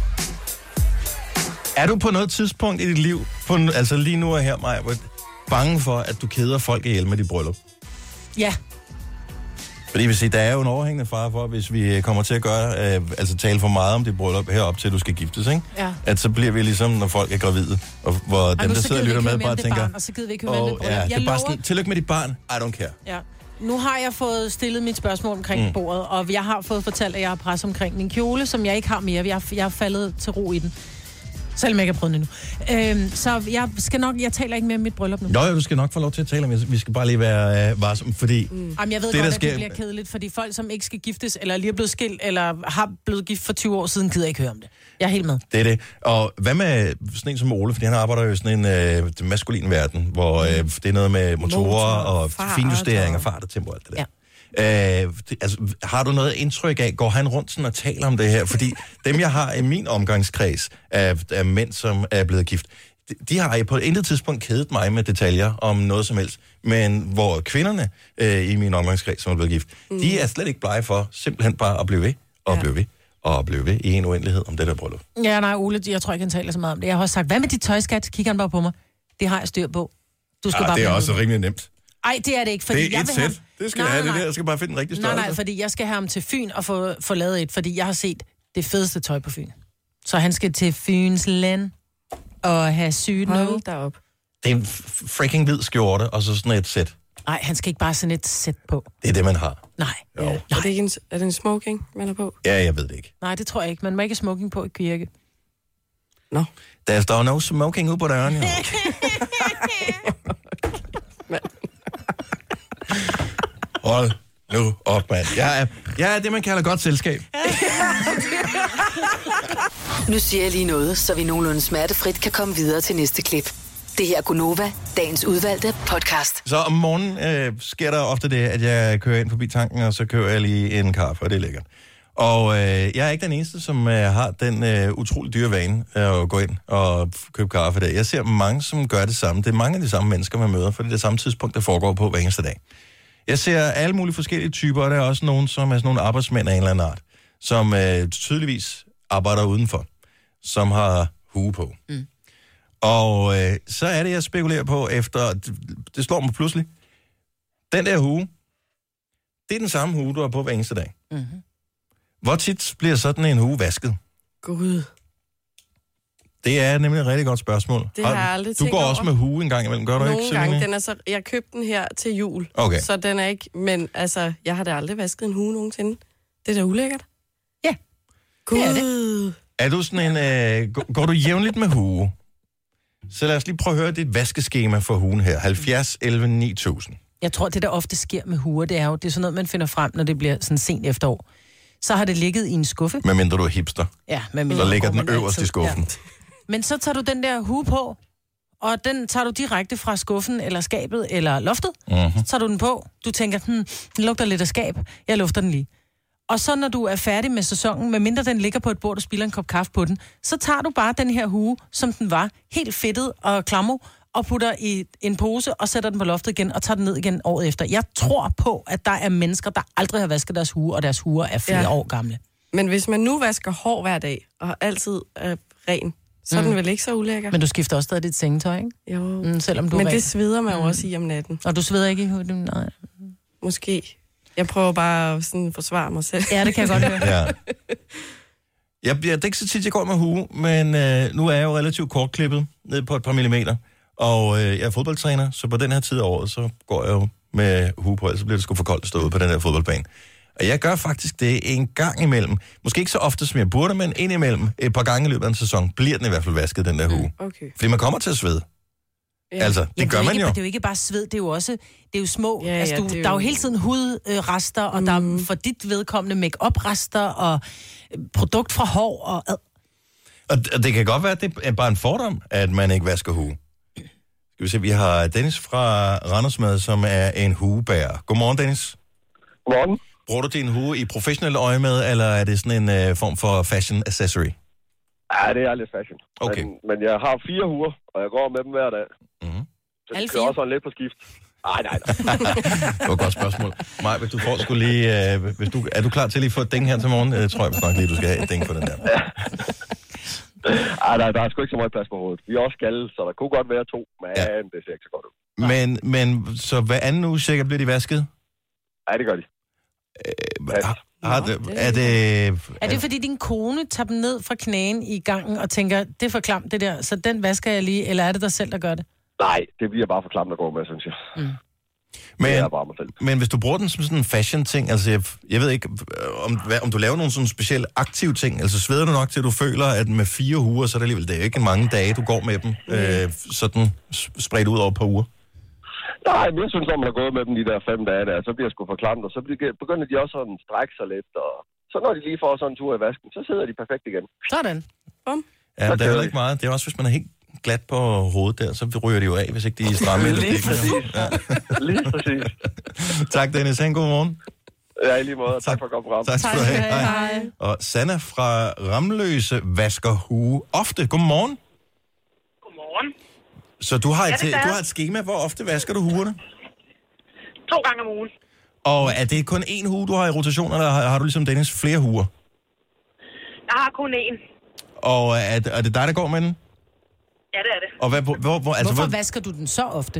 Er du på noget tidspunkt i dit liv, på, altså lige nu og her, Maja, bange for, at du keder folk ihjel med dit bryllup? Ja. Fordi hvis der er jo en overhængende fare for, hvis vi kommer til at gøre, øh, altså tale for meget om dit bryllup herop til, at du skal giftes, ikke? Ja. At så bliver vi ligesom, når folk er gravide, og hvor og dem, der sidder og lytter med, bare tænker... Barn, og så gider vi ikke høre oh, med det ja, jeg det er bare sådan, tillykke med dit barn, I don't care. Ja. Nu har jeg fået stillet mit spørgsmål omkring mm. bordet, og jeg har fået fortalt, at jeg har presset omkring min kjole, som jeg ikke har mere. Jeg, jeg er faldet til ro i den. Selvom jeg ikke har prøvet det nu. Øhm, så jeg skal nok, jeg taler ikke mere om mit bryllup nu. Nå, du skal nok få lov til at tale om, vi skal bare lige være øh, varsom, fordi... Mm. Jamen, jeg ved det, godt, at sker... det bliver kedeligt, fordi folk, som ikke skal giftes, eller lige er blevet skilt, eller har blevet gift for tyve år siden, gider ikke høre om det. Jeg er helt med. Det er det. Og hvad med sådan en som Ole, fordi han arbejder jo i sådan en øh, maskulin verden, hvor øh, det er noget med motorer Motor, og finjustering og fart og tempo og alt det der. Ja. Øh, det, altså, har du noget indtryk af, går han rundt sådan og taler om det her? Fordi dem, jeg har i min omgangskreds af, af mænd, som er blevet gift, de, de har på et intet tidspunkt kædet mig med detaljer om noget som helst. Men hvor kvinderne øh, i min omgangskreds, som er blevet gift, mm. de er slet ikke blege for simpelthen bare at blive ved og ja. blive ved og blive ved i en uendelighed om det der bryllup. Ja, nej, Ole, jeg tror ikke, han taler så meget om det. Jeg har også sagt, hvad med dit tøjskat? Kigger han bare på mig. Det har jeg styr på. Du skal ja, bare det er også ud. Rimelig nemt. Nej, det er det ikke, fordi det er jeg et vil sæt. have... Det skal nej, have nej. det der. Jeg skal bare finde den rigtige størrelse. Nej, nej, fordi jeg skal have ham til Fyn og få, få lavet et, fordi jeg har set det fedeste tøj på Fyn. Så han skal til Fyns land og have syet noget derop. Det er en freaking hvid skjorte, og så sådan et sæt. Nej, han skal ikke bare sådan et sæt på. Det er det, man har. Nej. Jo. Ja. Er, det ikke en, er det en smoking, man er på? Ja, jeg ved det ikke. Nej, det tror jeg ikke. Man må ikke smoking på i kirke. Nå. No. Der står no smoking ude på døren, jo. Hold nu op, mand. Jeg er, jeg er det, man kalder godt selskab. Nu siger jeg lige noget, så vi nogenlunde smertefrit kan komme videre til næste klip. Det her er Gunova, dagens udvalgte podcast. Så om morgenen øh, sker der ofte det, at jeg kører ind forbi tanken, og så kører jeg lige en kaffe, og det er lækkert. Og øh, jeg er ikke den eneste, som øh, har den øh, utrolig dyre vane øh, at gå ind og købe kaffe der. Jeg ser mange, som gør det samme. Det er mange af de samme mennesker, man møder, for det er det samme tidspunkt, der foregår på hver eneste dag. Jeg ser alle mulige forskellige typer, og der er også nogen, som er sådan nogle arbejdsmænd af en eller anden art, som øh, tydeligvis arbejder udenfor, som har hue på. Mm. Og øh, så er det, jeg spekulerer på efter, det, det slår mig pludselig, den der hue, det er den samme hue, du har på hver eneste dag. Mm-hmm. Hvor tit bliver sådan en hue vasket? Gud. Det er nemlig et rigtig godt spørgsmål. Det har jeg aldrig Du går over. også med hue en gang imellem, gør du Nogle ikke? Nogle gange. Den er så, jeg købte den her til jul, okay. Så den er ikke... Men altså, jeg har da aldrig vasket en hue nogensinde. Det er da ulækkert. Ja, Gud. det er det. Er du sådan en... Øh, går, går du jævnligt med hue? Så lad os lige prøve at høre dit vaskeskema for hugen her. halvfjerds elleve ni tusind. Jeg tror, det der ofte sker med huer, det er jo, det er sådan noget, man finder frem, når det bliver sådan sent efterår. Så har det ligget i en skuffe. Med mindre du er hipster. Ja, med mindre. Så ligger den øverst i skuffen. Ja. Men så tager du den der hue på, og den tager du direkte fra skuffen, eller skabet, eller loftet. Uh-huh. Så tager du den på. Du tænker, hmm, den lugter lidt af skab. Jeg lufter den lige. Og så når du er færdig med sæsonen, medmindre den ligger på et bord, og spilder en kop kaffe på den, så tager du bare den her hue, som den var, helt fedtet og klammer, og putter i en pose, og sætter den på loftet igen, og tager den ned igen året efter. Jeg tror på, at der er mennesker, der aldrig har vasket deres hue, og deres huer er flere ja. år gamle. Men hvis man nu vasker hår hver dag, og altid er ren, så er mm. den vel ikke så ulækker. Men du skifter også stadig dit sengetøj, ikke? Jo. Mm, selvom du Men er det sveder man jo mm. også i om natten. Og du sveder ikke i huden? Nej. Måske. Jeg prøver bare at sådan forsvare mig selv. Ja, det kan jeg godt høre. Ja. Jeg, jeg, det er ikke så tit, jeg går med hue, men øh, nu er jeg jo relativt kortklippet, ned på et par millimeter. Og øh, jeg er fodboldtræner, så på den her tid af året, så går jeg jo med hue på, ellers så bliver det sgu for koldt at stå ude på den der fodboldbane. Og jeg gør faktisk det en gang imellem. Måske ikke så ofte, som jeg burde, men indimellem et par gange i løbet af en sæson, bliver den i hvert fald vasket, den der hue. Okay. Fordi man kommer til at svede. Ja. Altså, det Jamen, gør det man ikke, jo. Det er jo ikke bare sved, det er jo også det er jo små. Ja, altså, ja, du, det er der er jo jo- hele tiden hudrester, og mm. der er for dit vedkommende make-up-rester, og produkt fra hår, og... ad. Og og det kan godt være, at det er bare en fordom, at man ikke vasker hue. Skal vi se, vi har Dennis fra Randers med, som er en huebærer. Godmorgen, Dennis. Godmorgen. Bruger du din hue i professionelle øje med, eller er det sådan en uh, form for fashion accessory? Ja, det er lidt fashion. Okay. Men, men jeg har fire huer, og jeg går med dem hver dag. Mm-hmm. Så det kører også sådan lidt på skift. Nej, nej, nej. Det var et godt spørgsmål. Maj, hvis du får skulle lige... Uh, hvis du, er du klar til at lige få et ding her til morgen? Jeg tror jeg nok lige, du skal have et ding for den der. Ej, nej, der er sgu ikke så meget plads på hovedet. Vi er også skaldet, så der kunne godt være to, men ja. Det ser ikke så godt ud. Men, men så hver anden uge cirka bliver de vasket? Ja, det gør de. Øh, har, har det, er det... Er det, fordi din kone tager dem ned fra knæen i gangen og tænker, det er for klamt det der, så den vasker jeg lige, eller er det dig selv, der gør det? Nej, det bliver bare for klamt at gå med, synes jeg. Mm. Men, det er bare mig selv. Men hvis du bruger den som sådan en fashion-ting, altså jeg, jeg ved ikke, om, hvad, om du laver nogle sådan specielle aktive ting, altså sveder du nok til, at du føler, at med fire uger, så er det alligevel, det er jo ikke mange dage, du går med dem, mm. øh, sådan spredt ud over et par uger. Nej, men jeg synes, når man har gået med dem de der fem dage der, så bliver det sgu for klamt, og så begynder de også sådan at strække sig lidt, og så når de lige får sådan en tur i vasken, så sidder de perfekt igen. Sådan. Bum. Ja, men der er jo ikke meget. Det er også, hvis man er helt glat på hovedet der, så ryger de jo af, hvis ikke de er stramme. Lige præcis. Ja. Lige præcis. Tak, Dennis. Ha' en god morgen. Ja, i lige måde. Tak for at komme frem. Tak skal du have. Hej. Hej. Og Sanna fra Ramløse vasker hue ofte. Godmorgen. Godmorgen. Så du har, et, Ja, du har et schema. Hvor ofte vasker du huerne? To gange om ugen. Og er det kun én hue, du har i rotation, eller har, har du ligesom Dennis flere huer? Jeg har kun én. Og er, er det dig, der går med den? Ja, det er det. Og hvad, hvor, hvor, hvor, altså, Hvorfor hvor... vasker du den så ofte?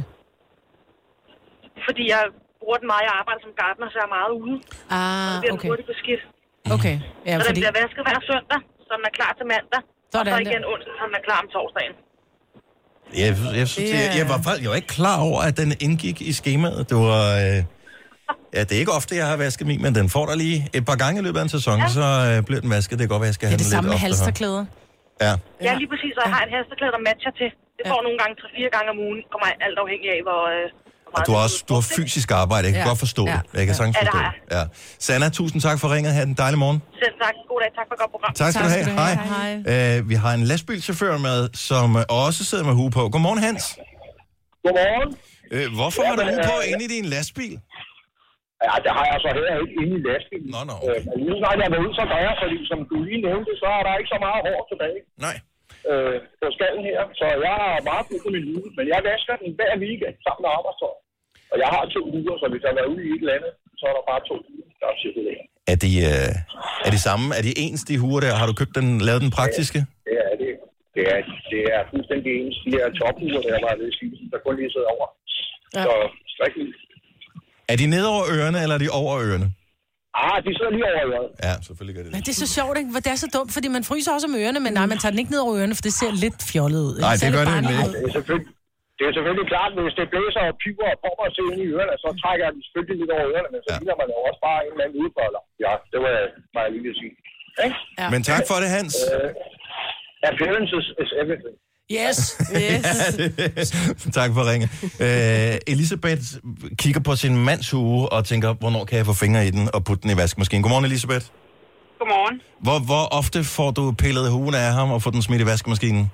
Fordi jeg bruger den meget. Jeg arbejder som gartner, så jeg er meget ude. Ah, så bliver okay. den hurtigt beskidt. Okay. Ja, så fordi... den bliver vasket hver søndag, så den er klar til mandag. Sådan og så igen onsdag, så den er klar om torsdagen. Jeg, jeg, synes, yeah. jeg, jeg, var, jeg var ikke klar over, at den indgik i skemaet. Det var... Øh... Ja, det er ikke ofte, jeg har vasket min, men den får der lige et par gange i løbet af en sæson, ja. Så øh, bliver den vasket. Det kan godt være, jeg skal have den lidt ofte. Det er det samme med halsterklæder. Ja. Ja, lige præcis. Og jeg har et halsterklæde, der matcher til. Det får ja. nogle gange tre-fire gange om ugen. Kommer alt afhængig af, hvor... Øh, og du har også du har fysisk arbejde. Jeg kan ja. godt forstå ja. det. Jeg kan sagtens forstå det. Ja. Sanna, tusind tak for ringet. Ha' en dejlig morgen. Selv tak. God dag. Tak for et godt program. Tak skal tak, du have. Hej. Hej. Uh, vi har en lastbilchauffør med, som også sidder med hue på. Godmorgen, Hans. Godmorgen. Uh, hvorfor har du hue på inde i din lastbil? Ja, det har jeg så heller ikke inde i lastbilen. Nå, nå, okay. Men lige snart jeg er ude, så gør jeg, fordi som du lige nævnte, så er der ikke så meget hår tilbage. Nej. Øh, på skallen her, så jeg har meget brug for min hue, men jeg vasker den hver weekend sammen med arbejdstøj. Og jeg har to uger, så hvis jeg er ude i et eller andet, så er der bare to uger, der er cirkuleret. Er de, øh, er de samme? Er de ens, de huer der? Har du købt den, lavet den praktiske? Ja, det er det. Det er, det er fuldstændig ens. De her tophuer, der var ved at sige, der kun lige sidder over. Ja. Så strik lige. Er de ned over ørerne, eller er de over ørerne? Ah, de sidder lige over ørerne. Ja, selvfølgelig gør det det. Men det er så sjovt, ikke? Det er så dumt, fordi man fryser også om ørerne, men nej, man tager den ikke ned over ørerne, for det ser lidt fjollet ud. Nej, det gør det ikke. Det er selvfølgelig, det er selvfølgelig klart, at hvis det blæser og piver og kommer og ser ind i ørerne, så trækker jeg den selvfølgelig lidt over ørerne, men så ligner man jo også bare en eller anden udfolder. Ja, det var jeg bare lige at sige. Okay? Ja. Men tak for det, Hans. Uh, appearances is everything. Yes, yes. Ja, tak for ringe. Uh, Elisabeth kigger på sin mands hue og tænker, hvornår kan jeg få fingre i den og putte den i vaskemaskinen. Godmorgen, Elisabeth. Godmorgen. Hvor, hvor ofte får du pillet huen af ham og få den smidt i vaskemaskinen?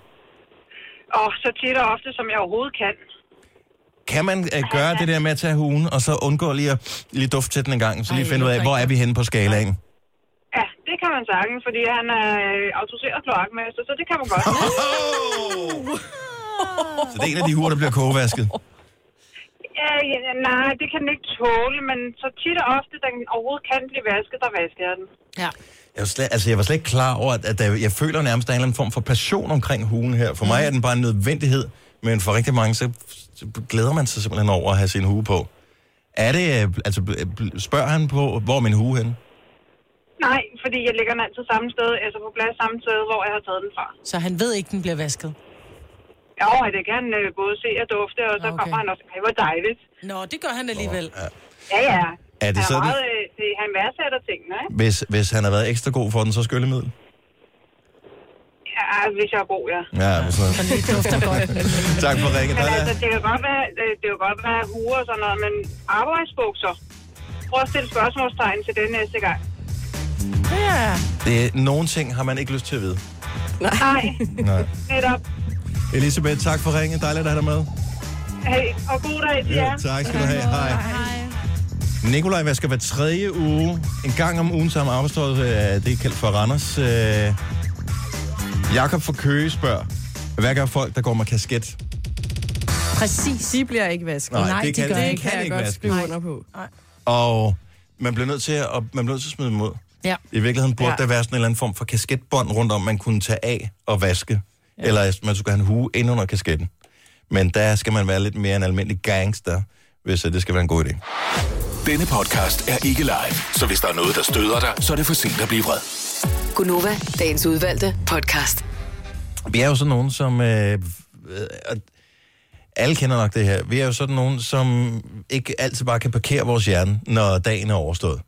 Og så tit og ofte, som jeg overhovedet kan. Kan man uh, gøre det der med at tage huen, og så undgå lige at lige dufte til den en gang, så lige finde ud af, hvor er vi henne på skalaen? Ja, det kan man sagtens, fordi han er autoriseret kloakmester, så det kan man godt. Så det er en af de huer, der bliver kogevasket? Ja, ja, nej, det kan den ikke tåle, men så tit og ofte, den overhovedet kan blive vasket, der vasker jeg den. Ja. Jeg var, slet, altså, jeg var slet ikke klar over, at, at jeg, jeg føler nærmest, at der er en eller anden form for passion omkring huen her. For mm. mig er den bare en nødvendighed, men for rigtig mange, så, så glæder man sig simpelthen over at have sin hue på. Er det, altså, spørger han på, hvor er min hue henne? Nej, fordi jeg ligger den altid samme sted, altså på plads samme sted, hvor jeg har taget den fra. Så han ved ikke, den bliver vasket? Ja, det kan han øh, både se og dufte, og så okay. kommer han også. Det var dejligt. Nå, det gør han alligevel. Oh, ja. Ja, ja. Er det han sådan? Meget, øh, det, han værdsætter tingene, ikke? Hvis, hvis han har været ekstra god for den, så skyllemiddel? Ja, hvis jeg er god, ja. Ja, hvis noget. Det dufter godt. Tak for ringen. Men altså, det kan godt være, det, det kan godt være huer og sådan noget, men arbejdsbukser. Prøv at stille spørgsmålstegn til den næste gang. Ja. Det er, nogle ting har man ikke lyst til at vide. Nej. Nej. Netop. Elisabeth, tak for ringen. Dejligt at have dig med. Hey, og god dag til jer. Ja, tak skal du have. Hej. Hej. Nikolaj vasker hver tredje uge. En gang om ugen sammen arbejdstøjet. Det er kaldt for Randers. Jakob fra Køge spørger, hvad gør folk, der går med kasket? Præcis. De bliver ikke vasket. Nej, Nej, det de kan, gør det ikke. kan, kan jeg ikke godt vaske. skrive under på. Nej. Og man bliver nødt til at, og man bliver nødt til at smide dem ud. Ja. I virkeligheden burde Ja. der være sådan en eller anden form for kasketbånd rundt om, man kunne tage af og vaske. Ja. Eller man skulle have en hue ind under kasketten. Men der skal man være lidt mere en almindelig gangster, hvis det skal være en god idé. Denne podcast er ikke live, så hvis der er noget, der støder dig, så er det for sent at blive vred. Gunova, dagens udvalgte podcast. Vi er jo sådan nogen, som... Øh, øh, alle kender nok det her. Vi er jo sådan nogen, som ikke altid bare kan parkere vores hjerne, når dagen er overstået.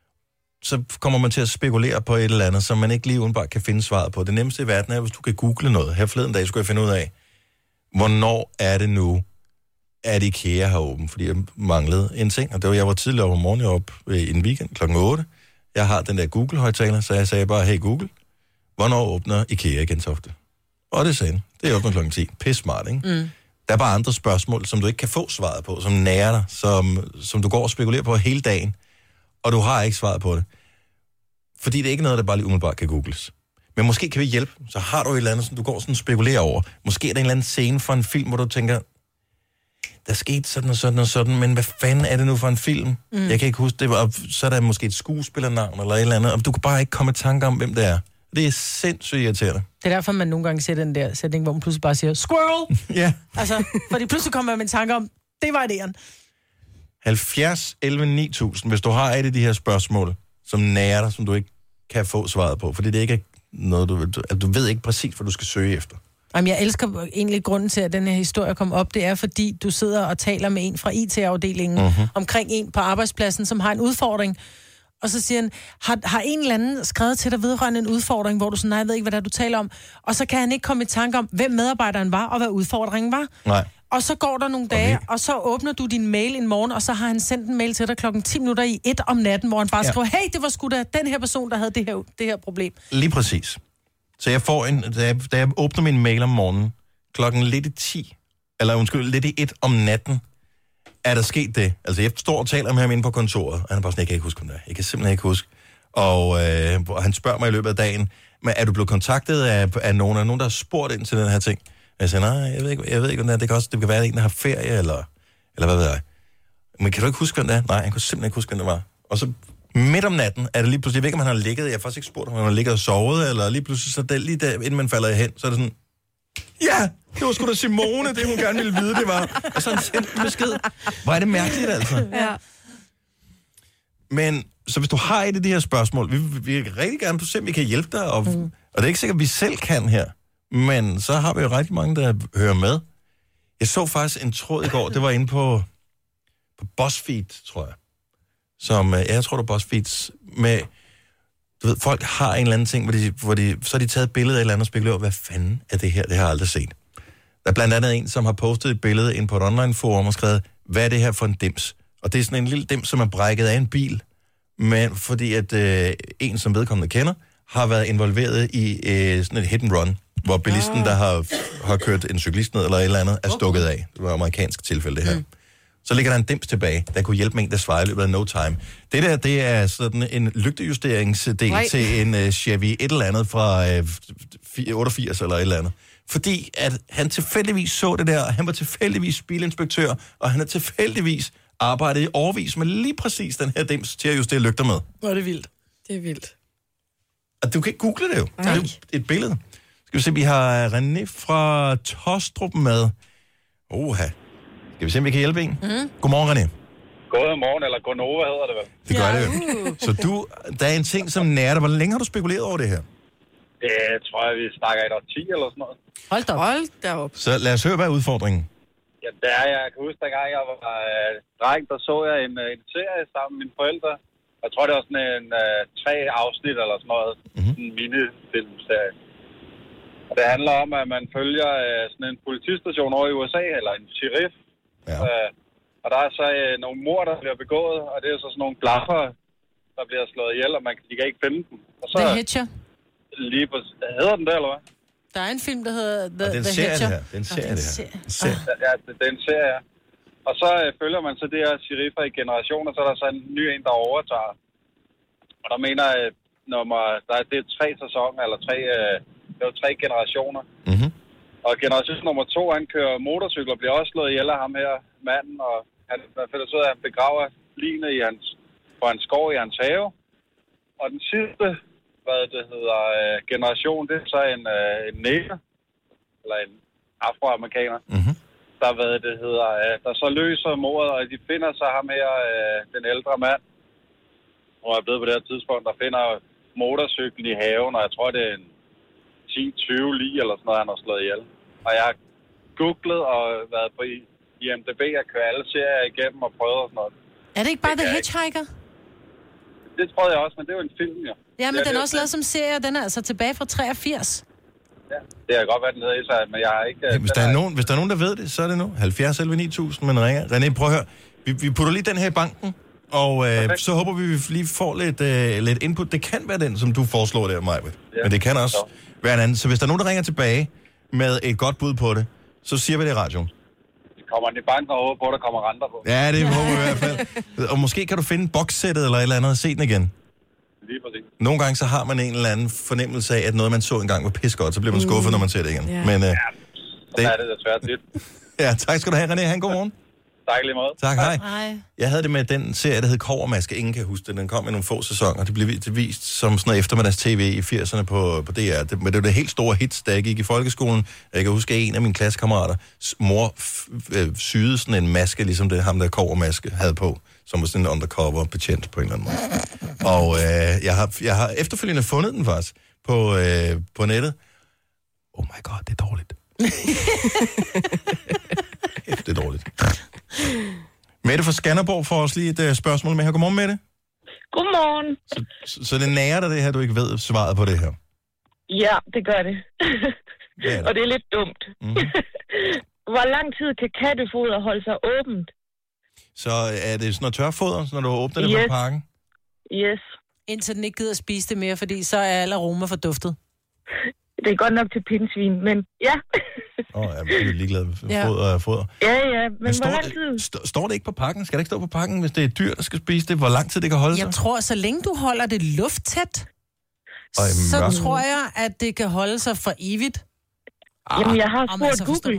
Så kommer man til at spekulere på et eller andet, som man ikke lige udenbart kan finde svaret på. Det nemmeste i verden er, hvis du kan google noget. Her forleden dag skulle jeg finde ud af, hvornår er det nu, at IKEA har åbent, fordi jeg manglede en ting. Og det var, jeg var tidligere om morgenen op i en weekend klokken otte. Jeg har den der Google-højtaler, så jeg sagde bare, hey Google, hvornår åbner IKEA igen så ofte? Og det sagde den. Det åbner klokken ti. Pisse smart, ikke? Mm. Der er bare andre spørgsmål, som du ikke kan få svaret på, som nærer dig, som, som du går og spekulerer på hele dagen, og du har ikke svaret på det. Fordi det er ikke noget, der bare lige umiddelbart kan googles. Men måske kan vi hjælpe. Så har du et eller andet, som du går sådan og spekulerer over. Måske er der en eller anden scene fra en film, hvor du tænker, der skete sådan og sådan og sådan, men hvad fanden er det nu for en film? Mm. Jeg kan ikke huske det. Og så er der måske et skuespillernavn eller et eller andet, og du kan bare ikke komme i tanke om, hvem det er. Det er sindssygt irriterende. Det er derfor, man nogle gange ser den der sætning, hvor man pludselig bare siger, squirrel! Ja. Altså, fordi pludselig kommer man med en tanke om, det var idéen. halvfjerds elleve ni tusind, hvis du har et af de her spørgsmål, som nærer dig, som du ikke kan få svaret på. Fordi det ikke er noget, du, du, du ved ikke præcis, hvad du skal søge efter. Jamen, jeg elsker egentlig grunden til, at den her historie kom op. Det er, fordi du sidder og taler med en fra I T-afdelingen uh-huh. omkring en på arbejdspladsen, som har en udfordring. Og så siger han, har, har en eller anden skrevet til dig vedrørende en udfordring, hvor du sådan, nej, jeg ved ikke, hvad det er, du taler om. Og så kan han ikke komme i tanke om, hvem medarbejderen var, og hvad udfordringen var. Nej. Og så går der nogle dage, og så åbner du din mail en morgen, og så har han sendt en mail til dig klokken ti minutter i et om natten, hvor han bare ja. skriver, hey, det var sgu da den her person, der havde det her, det her problem. Lige præcis. Så jeg får en, da jeg, da jeg åbner min mail om morgenen, klokken lidt i ti, eller undskyld, lidt i et om natten, er der sket det. Altså, jeg står og taler med ham inde på kontoret, og han er bare sådan, jeg kan ikke huske, om det er. Jeg kan simpelthen ikke huske. Og øh, han spørger mig i løbet af dagen, men er du blevet kontaktet af, af nogen, af nogen, der har spurgt ind til den her ting? Jeg siger, nej, jeg ved ikke, jeg ved ikke, om det er. Det kan også det kan være, en, der har ferie, eller, eller hvad ved jeg. Men kan du ikke huske, hvem det er? Nej, jeg kunne simpelthen ikke huske, hvem det var. Og så midt om natten er det lige pludselig, jeg ved ikke, om han har ligget, jeg har faktisk ikke spurgt, om han har ligget og sovet, eller lige pludselig, så det, lige der, inden man falder hen, så er det sådan, ja, det var sgu da Simone, det hun gerne ville vide, det var. Og så han sendte en besked. Hvor er det mærkeligt, altså. Ja. Men, så hvis du har et af de her spørgsmål, vi, vi vil rigtig gerne se, om vi kan hjælpe dig, og, mm. og det er ikke sikkert, at vi selv kan her, men så har vi jo rigtig mange, der hører med. Jeg så faktisk en tråd i går, det var inde på, på BuzzFeed, tror jeg. Som, jeg tror, det er BuzzFeeds, med, du ved, folk har en eller anden ting, hvor de, hvor de, så har de taget et billede af et eller andet og spekulerer, hvad fanden er det her, det har jeg aldrig set. Der er blandt andet en, som har postet et billede ind på et online-forum og skrevet, hvad er det her for en dims? Og det er sådan en lille dims, som er brækket af en bil, men fordi at øh, en, som vedkommende kender, har været involveret i øh, sådan et hit and run, hvor bilisten, der har, har kørt en cyklist ned eller et eller andet, er stukket af. Det var et amerikansk tilfælde, det her. Mm. Så ligger der en dims tilbage, der kunne hjælpe med en, der svarer i løbet af no time. Det der, det er sådan en lygtejusteringsdel Nej. til en uh, Chevy et eller andet fra uh, otteogfirs eller et eller andet. Fordi at han tilfældigvis så det der, og han var tilfældigvis bilinspektør, og han har tilfældigvis arbejdet i årevis med lige præcis den her dims til at justere lygter med. Hvor er det vildt. Det er vildt. Og du kan ikke google det jo. Nej. Det er jo et billede. Skal vi se, vi har René fra Tostrup med. Oha. Skal vi se, om vi kan hjælpe en? Mm. Godmorgen, René. Godmorgen, eller Godnova hedder det vel. Det gør ja. det jo. Så du, der er en ting, som nærer dig. Hvor længe har du spekuleret over det her? Det tror jeg, vi snakker et år ti eller sådan noget. Hold da op. Hold da op. Så lad os høre, hvad er udfordringen? Ja, det er, jeg kan huske, dengang jeg var øh, dreng, der så jeg en, en serie sammen med mine forældre. Jeg tror, det var sådan en øh, tre afsnit eller sådan noget. Mm-hmm. En minifilmserie. Og det handler om, at man følger øh, sådan en politistation over i U S A, eller en sheriff. Ja. Øh, og der er så øh, nogle mord, der bliver begået, og det er så sådan nogle blaffer, der bliver slået ihjel, og man, de kan ikke finde dem. Og så, The Hitcher. Lige på, hedder den det, eller hvad? Der er en film, der hedder The, The Hitcher. Det er en serie, det her. Det er en serie. Ja, det, det er en serie, ja. Og så øh, følger man så det her sheriffer i generationer, så er der så en ny en, der overtager. Og der mener jeg, nummer, der er, det er tre sæsoner, eller tre, øh, det er tre generationer. Mm-hmm. Og generation nummer to, han kører motorcykler, bliver også slået ihjel af ham her, manden, og han finder så ud af, at han begraver ligene i hans, på hans skov i hans have. Og den sidste, hvad det hedder, øh, generation, det er så en, øh, en neger, eller en afroamerikaner, mm-hmm. der, hvad det hedder, øh, der så løser mordet, og de finder så ham her, øh, den ældre mand, og er blevet på det her tidspunkt, der finder motorcyklen i haven, og jeg tror, det er en ti tyve lige eller sådan noget, han har slået ihjel. Og jeg har googlet og været på I M D B og kørt alle serier igennem og prøvet og sådan noget. Er det ikke bare det The Hitchhiker? Det tror jeg også, men det er jo en film, jo. Ja, men det den er det, også lavet som serie, og den er altså tilbage fra treogfirs. Ja, det kan godt være, den hedder sig, men jeg har ikke... Ja, hvis, der er nogen, hvis der er nogen, der ved det, så er det nu. halvfjerds elleve ni tusind, men ringer. René, prøv at høre. Vi, vi putter lige den her i banken, og øh, så håber vi, vi lige får lidt, øh, lidt input. Det kan være den, som du foreslår der, Majbrit. Ja. Men det kan også så være en anden. Så hvis der er nogen, der ringer tilbage med et godt bud på det, så siger vi det i radioen. Kommer den i banken og håber på, at der kommer renter på. Ja, det håber vi i hvert fald. Og måske kan du finde bokssættet eller et eller andet og se den igen. Lige præcis. Nogle gange så har man en eller anden fornemmelse af, at noget, man så engang var pissegodt, så bliver man skuffet, når man ser det igen. Ja. Men, øh, ja, det er det desværre lidt. Ja, tak skal du have, René. Ha' en god morgen. Tak lige måde. Tak, hej. hej. Jeg havde det med den serie, der hed Kobbermaske. Ingen kan huske det. Den kom i nogle få sæsoner. Det blev vist, vist som sådan noget eftermiddags tv i firserne på, på D R. Det, men det var det helt store hits, da jeg gik i folkeskolen. Jeg kan huske, at en af mine klassekammerater mor f- øh, syede sådan en maske, ligesom det ham, der Kobbermaske havde på, som var sådan en undercover betjent på en eller anden måde. Og øh, jeg, har, jeg har efterfølgende fundet den faktisk på, øh, på nettet. Oh my god, det er dårligt. Det er dårligt. Mette fra Skanderborg får også lige et uh, spørgsmål med her. Godmorgen, Mette. Godmorgen. Så, så, så det nærer dig det her, du ikke ved svaret på det her? Ja, det gør det. det er det. Og det er lidt dumt. Mm-hmm. Hvor lang tid kan kattefoder holde sig åbent? Så er det sådan noget tørfoder, når du åbner det yes. på pakken? Yes. Indtil den ikke gider at spise det mere, fordi så er alle aroma forduftet. Det er godt nok til pindsvin, men ja. Åh, oh, jeg er ligeglad med ja. foder og foder. Ja, ja, men, men står hvor lang tid? Det, st- står det ikke på pakken? Skal det ikke stå på pakken, hvis det er dyr, der skal spise det? Hvor lang tid det kan holde sig? Jeg tror, så længe du holder det lufttæt, så mørk. tror jeg, at det kan holde sig for evigt. Jamen, jeg har Om spurgt altså Google.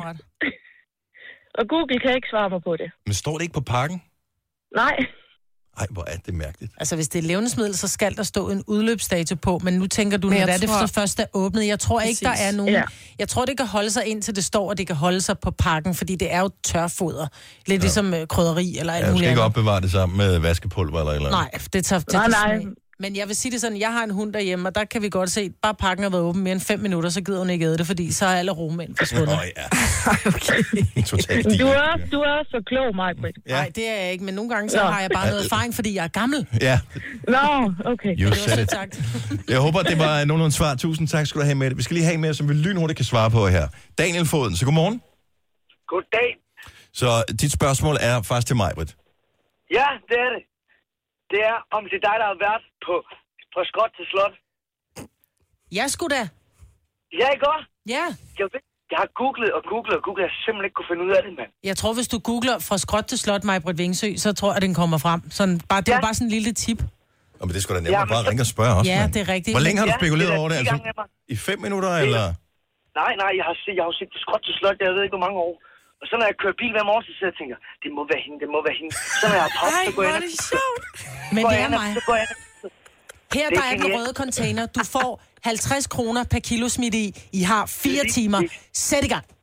Og Google kan ikke svare mig på det. Men står det ikke på pakken? Nej. Ej, hvor er det mærkeligt. Altså, hvis det er levnedsmiddel, så skal der stå en udløbsdato på, men nu tænker du, når det er det for først er åbnet. Jeg tror ikke, der er nogen... Ja. Jeg tror, det kan holde sig indtil det står, og det kan holde sig på pakken, fordi det er jo tørfoder. Lidt ja. ligesom øh, krydderi eller alt ja, muligt. Ja, du skal ikke opbevare det sammen med vaskepulver eller eller Nej, det tager... Det nej, nej. Men jeg vil sige det sådan, jeg har en hund derhjemme, og der kan vi godt se, bare pakken har været åben mere end fem minutter, så gider hun ikke æde det, fordi så er alle romaen forsvundet. Åh, ja. Okay. du, er, du er så klog, Maj-Brit. Ja. Nej, det er jeg ikke, men nogle gange så har jeg bare noget erfaring, fordi jeg er gammel. Ja. Nå, no, okay. You said it. Tak. Jeg håber, det var nogenlunde svar. Tusind tak skal du have med det. Vi skal lige have mere, som vi lynhurtigt kan svare på her. Daniel Foden, så godmorgen. Goddag. Så dit spørgsmål er faktisk til Maj-Brit. Ja, det er det. Det er, om det er dig, der har været på, på skråt til slot. Ja, sgu da. Ja, ikke også? Ja. Jeg, ved, jeg har googlet og googlet og googlet, jeg simpelthen ikke kunne finde ud af det, mand. Jeg tror, hvis du googler fra skråt til slot, Maj-Brit Vingsø, så tror jeg, at den kommer frem. Sådan, bare, det ja. er bare sådan en lille tip. Nå, men det skulle da nemt ja, bare så... ringe og spørge også, Ja, man. det er rigtigt. Hvor længe har du ja, spekuleret det over det? Altså, i fem minutter, det, eller? Nej, nej, jeg har set, jeg har set på skråt til slot, jeg ved ikke, hvor mange år. Og så når jeg kører bil hver morgen, så sidder jeg og tænker, det må være hende, det må være hende. Så når jeg har travlt, så går jeg ind. Men det er mig. Her der er den røde container. Du får halvtreds kroner per kilo smidt i. I har fire timer. Sæt i gang.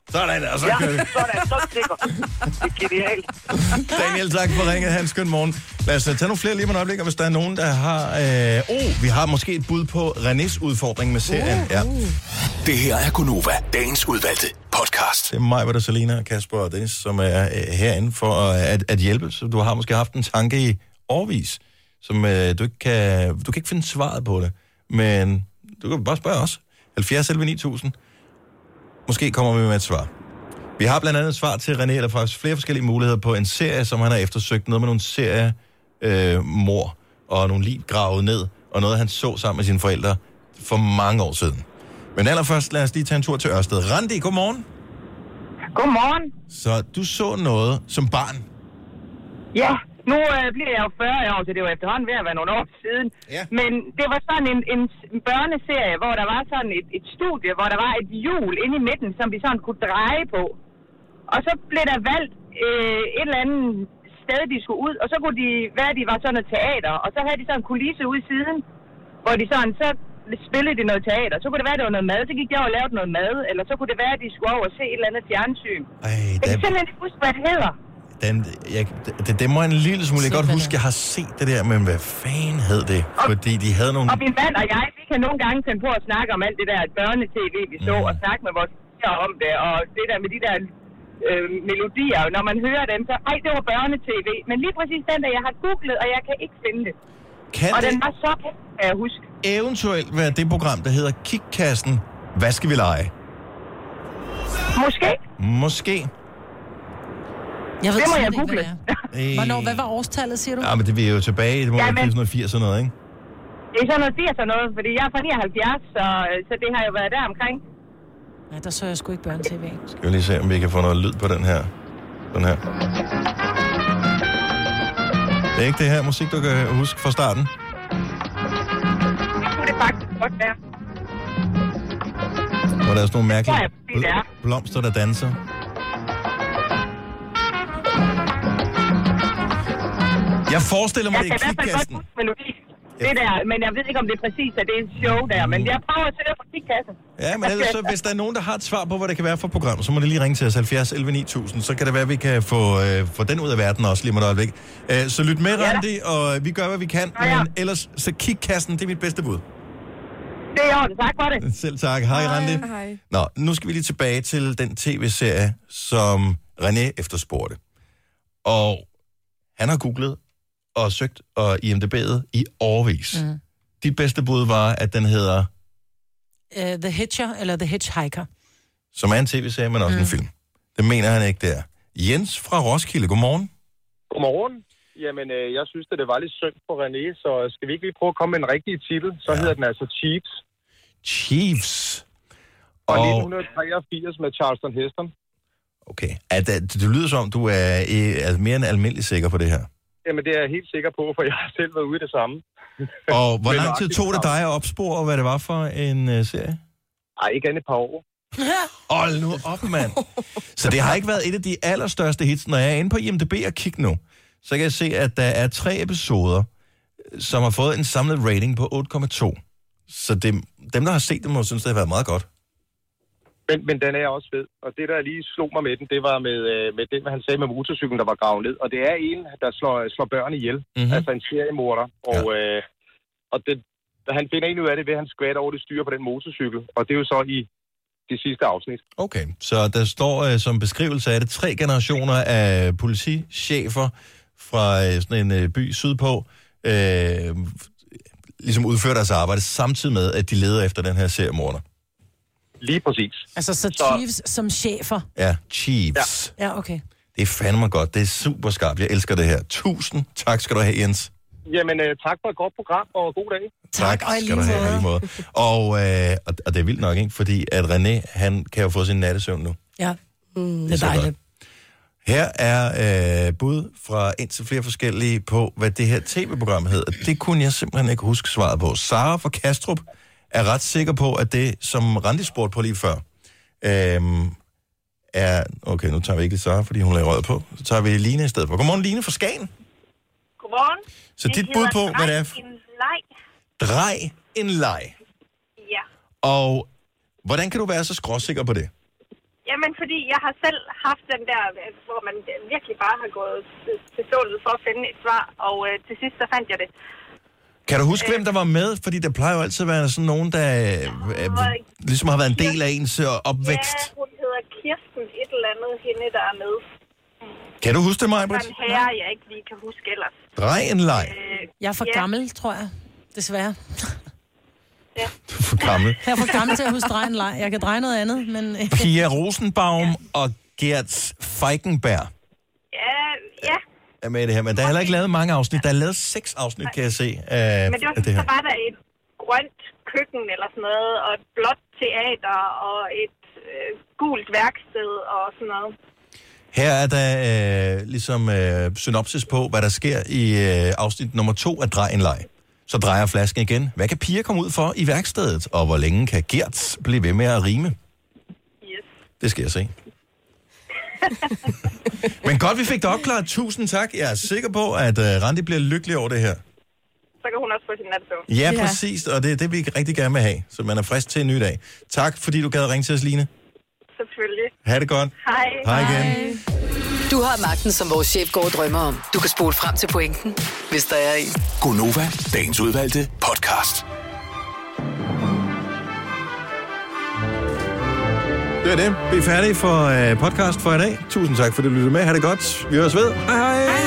Sådan, og så Ja, kører vi. sådan, så sikker. Det er genialt. Daniel, tak for ringet. Han skøn morgen. Lad os tage nogle flere lige med et øjeblik, og hvis der er nogen, der har... Øh, oh, vi har måske et bud på Renés udfordring med serien. Uh, uh. Ja. Det her er Gunova, dagens udvalgte podcast. Det er mig, hvor der Selina, Kasper og Dennis, som er øh, herinde for at, at hjælpe. Så du har måske haft en tanke i årevis, som øh, du ikke kan... Du kan ikke finde svaret på det, men du kan bare spørge os. halvfjerds elleve ni tusind. Måske kommer vi med et svar. Vi har blandt andet et svar til René, eller faktisk flere forskellige muligheder på en serie, som han har eftersøgt. Noget med nogle serie øh, mor og nogle lig gravet ned, og noget, han så sammen med sine forældre for mange år siden. Men allerførst, lad os lige tage en tur til Ørsted. Randi, godmorgen. Godmorgen. Så du så noget som barn? Ja, nu øh, bliver jeg jo fyrre år, så det var efterhånden ved at være nogle år siden. Ja. Men det var sådan en, en børneserie, hvor der var sådan et, et studie, hvor der var et hjul inde i midten, som vi sådan kunne dreje på. Og så blev der valgt øh, et eller andet sted, de skulle ud, og så kunne de være, de var sådan et teater, og så havde de sådan en kulisse ude i siden, hvor de sådan, så spillede de noget teater. Så kunne det være, det var noget mad, så gik de over og lavede noget mad, eller så kunne det være, at de skulle over og se et eller andet fjernsyn. Ej, jeg kan simpelthen ikke huske, hvad det hedder. Den, jeg, det, det må en lille smule. Jeg kan godt huske, jeg har set det der, men hvad fanden hed det? Og, Fordi de havde nogle... Og min mand og jeg, vi kan nogle gange finde på at snakke om alt det der børne-tv, vi så, mm. og snakke med vores piger om det, og det der med de der øh, melodier, når man hører dem, så ej, det var børne-tv. Men lige præcis den der, jeg har googlet, og jeg kan ikke finde det. Kan og det den var så kendt, kan jeg huske. Eventuelt være det program, der hedder Kikkassen. Hvad skal vi lege? Måske. Måske. Jeg ved det må jeg ikke, google. Hvad, det er. Hvornår, hvad var årstallet, siger du? Ja, men det vi er jo tilbage i det må ja, være men... firs firs og noget, ikke? Det er sådan noget firs og noget, fordi jeg er fra nioghalvfjerds, så, så det har jo været der omkring. Ja, der så jeg sgu ikke børne-tv. Skal vi lige se, om vi kan få noget lyd på den her. Den her. Det er ikke det her musik, du kan huske fra starten? Det kunne det faktisk godt være. Hvor der er sådan nogle mærkelige ja, bl- blomster, der danser. Jeg forestiller mig, jeg det er Kikkassen. Jeg kan i hvert fald godt huske melodien. Det der, men jeg ved ikke, om det er præcis, at det er et show der, men jeg prøver at søge på Kikkassen. Ja, men ellers, så, hvis der er nogen, der har et svar på, hvad det kan være for program, så må det lige ringe til os halvfjerds elleve ni tusind, så kan det være, at vi kan få, øh, få den ud af verden også lige med et øjeblik. Øh, så lyt med, Randi, og vi gør, hvad vi kan, ja, ja. Men ellers, så Kikkassen, det er mit bedste bud. Det er jo det. Tak for det. Selv tak. Hej, Hej. Randi. Hej. Nå, nu skal vi lige tilbage til den tv-serie, som René efterspurgte. Og han har googlet og søgt og I M D B'et i årevis. Mm. Dit bedste bud var, at den hedder... Uh, The Hitcher, eller The Hitchhiker. Som er en tv-serie, men også mm. en film. Det mener han ikke, der. Jens fra Roskilde, godmorgen. Godmorgen. Jamen, øh, jeg synes, at det var lidt synd for René, så skal vi ikke lige prøve at komme med en rigtig titel? Så ja. hedder den altså Chiefs. Chiefs. Og, og nitten treogfirs med Charleston Heston. Okay. At, at, det lyder som, du er, er mere end almindelig sikker på det her. Jamen, det er jeg helt sikker på, for jeg har selv været ude i det samme. Og hvor lang tid tog det dig at opspore, hvad det var for en uh, serie? Ej, ikke andet et par år. Hold nu op, mand. Så det har ikke været et af de allerstørste hits. Når jeg er inde på I M D B og kigger nu, så kan jeg se, at der er tre episoder, som har fået en samlet rating på otte komma to. Så det, dem, der har set dem, må synes, det har været meget godt. Men, men den er også fed. Og det, der lige slog mig med den, det var med, med det, han sagde med motorcyklen, der var gravet ned. Og det er en, der slår, slår børn ihjel. Mm-hmm. Altså en seriemorder. Og, ja. øh, og det, han finder en ud af det ved, at han skvatter over det styre på den motorcykel. Og det er jo så i de sidste afsnit. Okay, så der står øh, som beskrivelse af det tre generationer af politichefer fra øh, sådan en øh, by sydpå, øh, ligesom udfører deres arbejde, samtidig med, at de leder efter den her seriemorder. Lige præcis. Altså så Chiefs så... som chefer? Ja, Chiefs. Ja. ja, okay. Det er fandme godt. Det er super skarpt. Jeg elsker det her. Tusind tak skal du have, Jens. Jamen, øh, tak for et godt program, og god dag. Tak, tak og skal du have, lige måde. Og, øh, og, og det er vildt nok, ikke? Fordi at René, han kan jo få sin nattesøvn nu. Ja, mm, det er dejligt. Godt. Her er øh, bud fra indtil flere forskellige på, hvad det her tv-program hedder. Det kunne jeg simpelthen ikke huske svaret på. Sara fra Kastrup er ret sikker på, at det, som Randi spurgte på lige før, øhm, er... Okay, nu tager vi ikke Sara, fordi hun lagde rød på. Så tager vi Line i stedet for. Godmorgen, Line fra Skagen. Godmorgen. Så dit bud på, hvad det er... En leg. Drej en leg. Ja. Og hvordan kan du være så skråsikker på det? Jamen, fordi jeg har selv haft den der, hvor man virkelig bare har gået til stålet for at finde et svar, og øh, til sidst så fandt jeg det. Kan du huske, øh, hvem der var med? Fordi der plejer jo altid at være sådan nogen, der øh, ligesom har været en del af ens opvækst. Ja, hun hedder Kirsten et eller andet, hende der er med. Kan du huske det, Maj-Brit? Der er en herre, jeg ikke lige kan huske ellers. Drej en leg. Øh, jeg er for ja. gammel, tror jeg. Desværre. Ja. Du er for gammel. Jeg er for gammel til at huske dreje en leg. Jeg kan dreje noget andet, men... Pia Rosenbaum ja. og Gert Feigenberg. Ja, ja. Er med i det her, men der er heller ikke lavet mange afsnit. Der er lavet seks afsnit, kan jeg se. Af, men det var det her. så var der et grønt køkken eller sådan noget, og et blåt teater, og et øh, gult værksted og sådan noget. Her er der øh, ligesom øh, synopsis på, hvad der sker i øh, afsnit nummer to af Drej en leg. Så drejer flasken igen. Hvad kan Pia komme ud for i værkstedet? Og hvor længe kan Gert blive ved med at rime? Yes. Det skal jeg se. Men godt, vi fik det opklaret. Tusind tak. Jeg er sikker på, at uh, Randi bliver lykkelig over det her. Så kan hun også få sin nattesøvn. Ja, præcis. Og det er det, vi rigtig gerne vil have. Så man er frisk til en ny dag. Tak, fordi du gad ringe til os, Line. Selvfølgelig. Ha' det godt. Hej. Hej igen. Du har magten, som vores chef går og drømmer om. Du kan spole frem til pointen, hvis der er en. Gonova, dagens udvalgte podcast. Det er det. Vi er færdige for uh, podcast for i dag. Tusind tak, fordi du lyttede med. Ha' det godt. Vi høres ved. Hej hej. hej.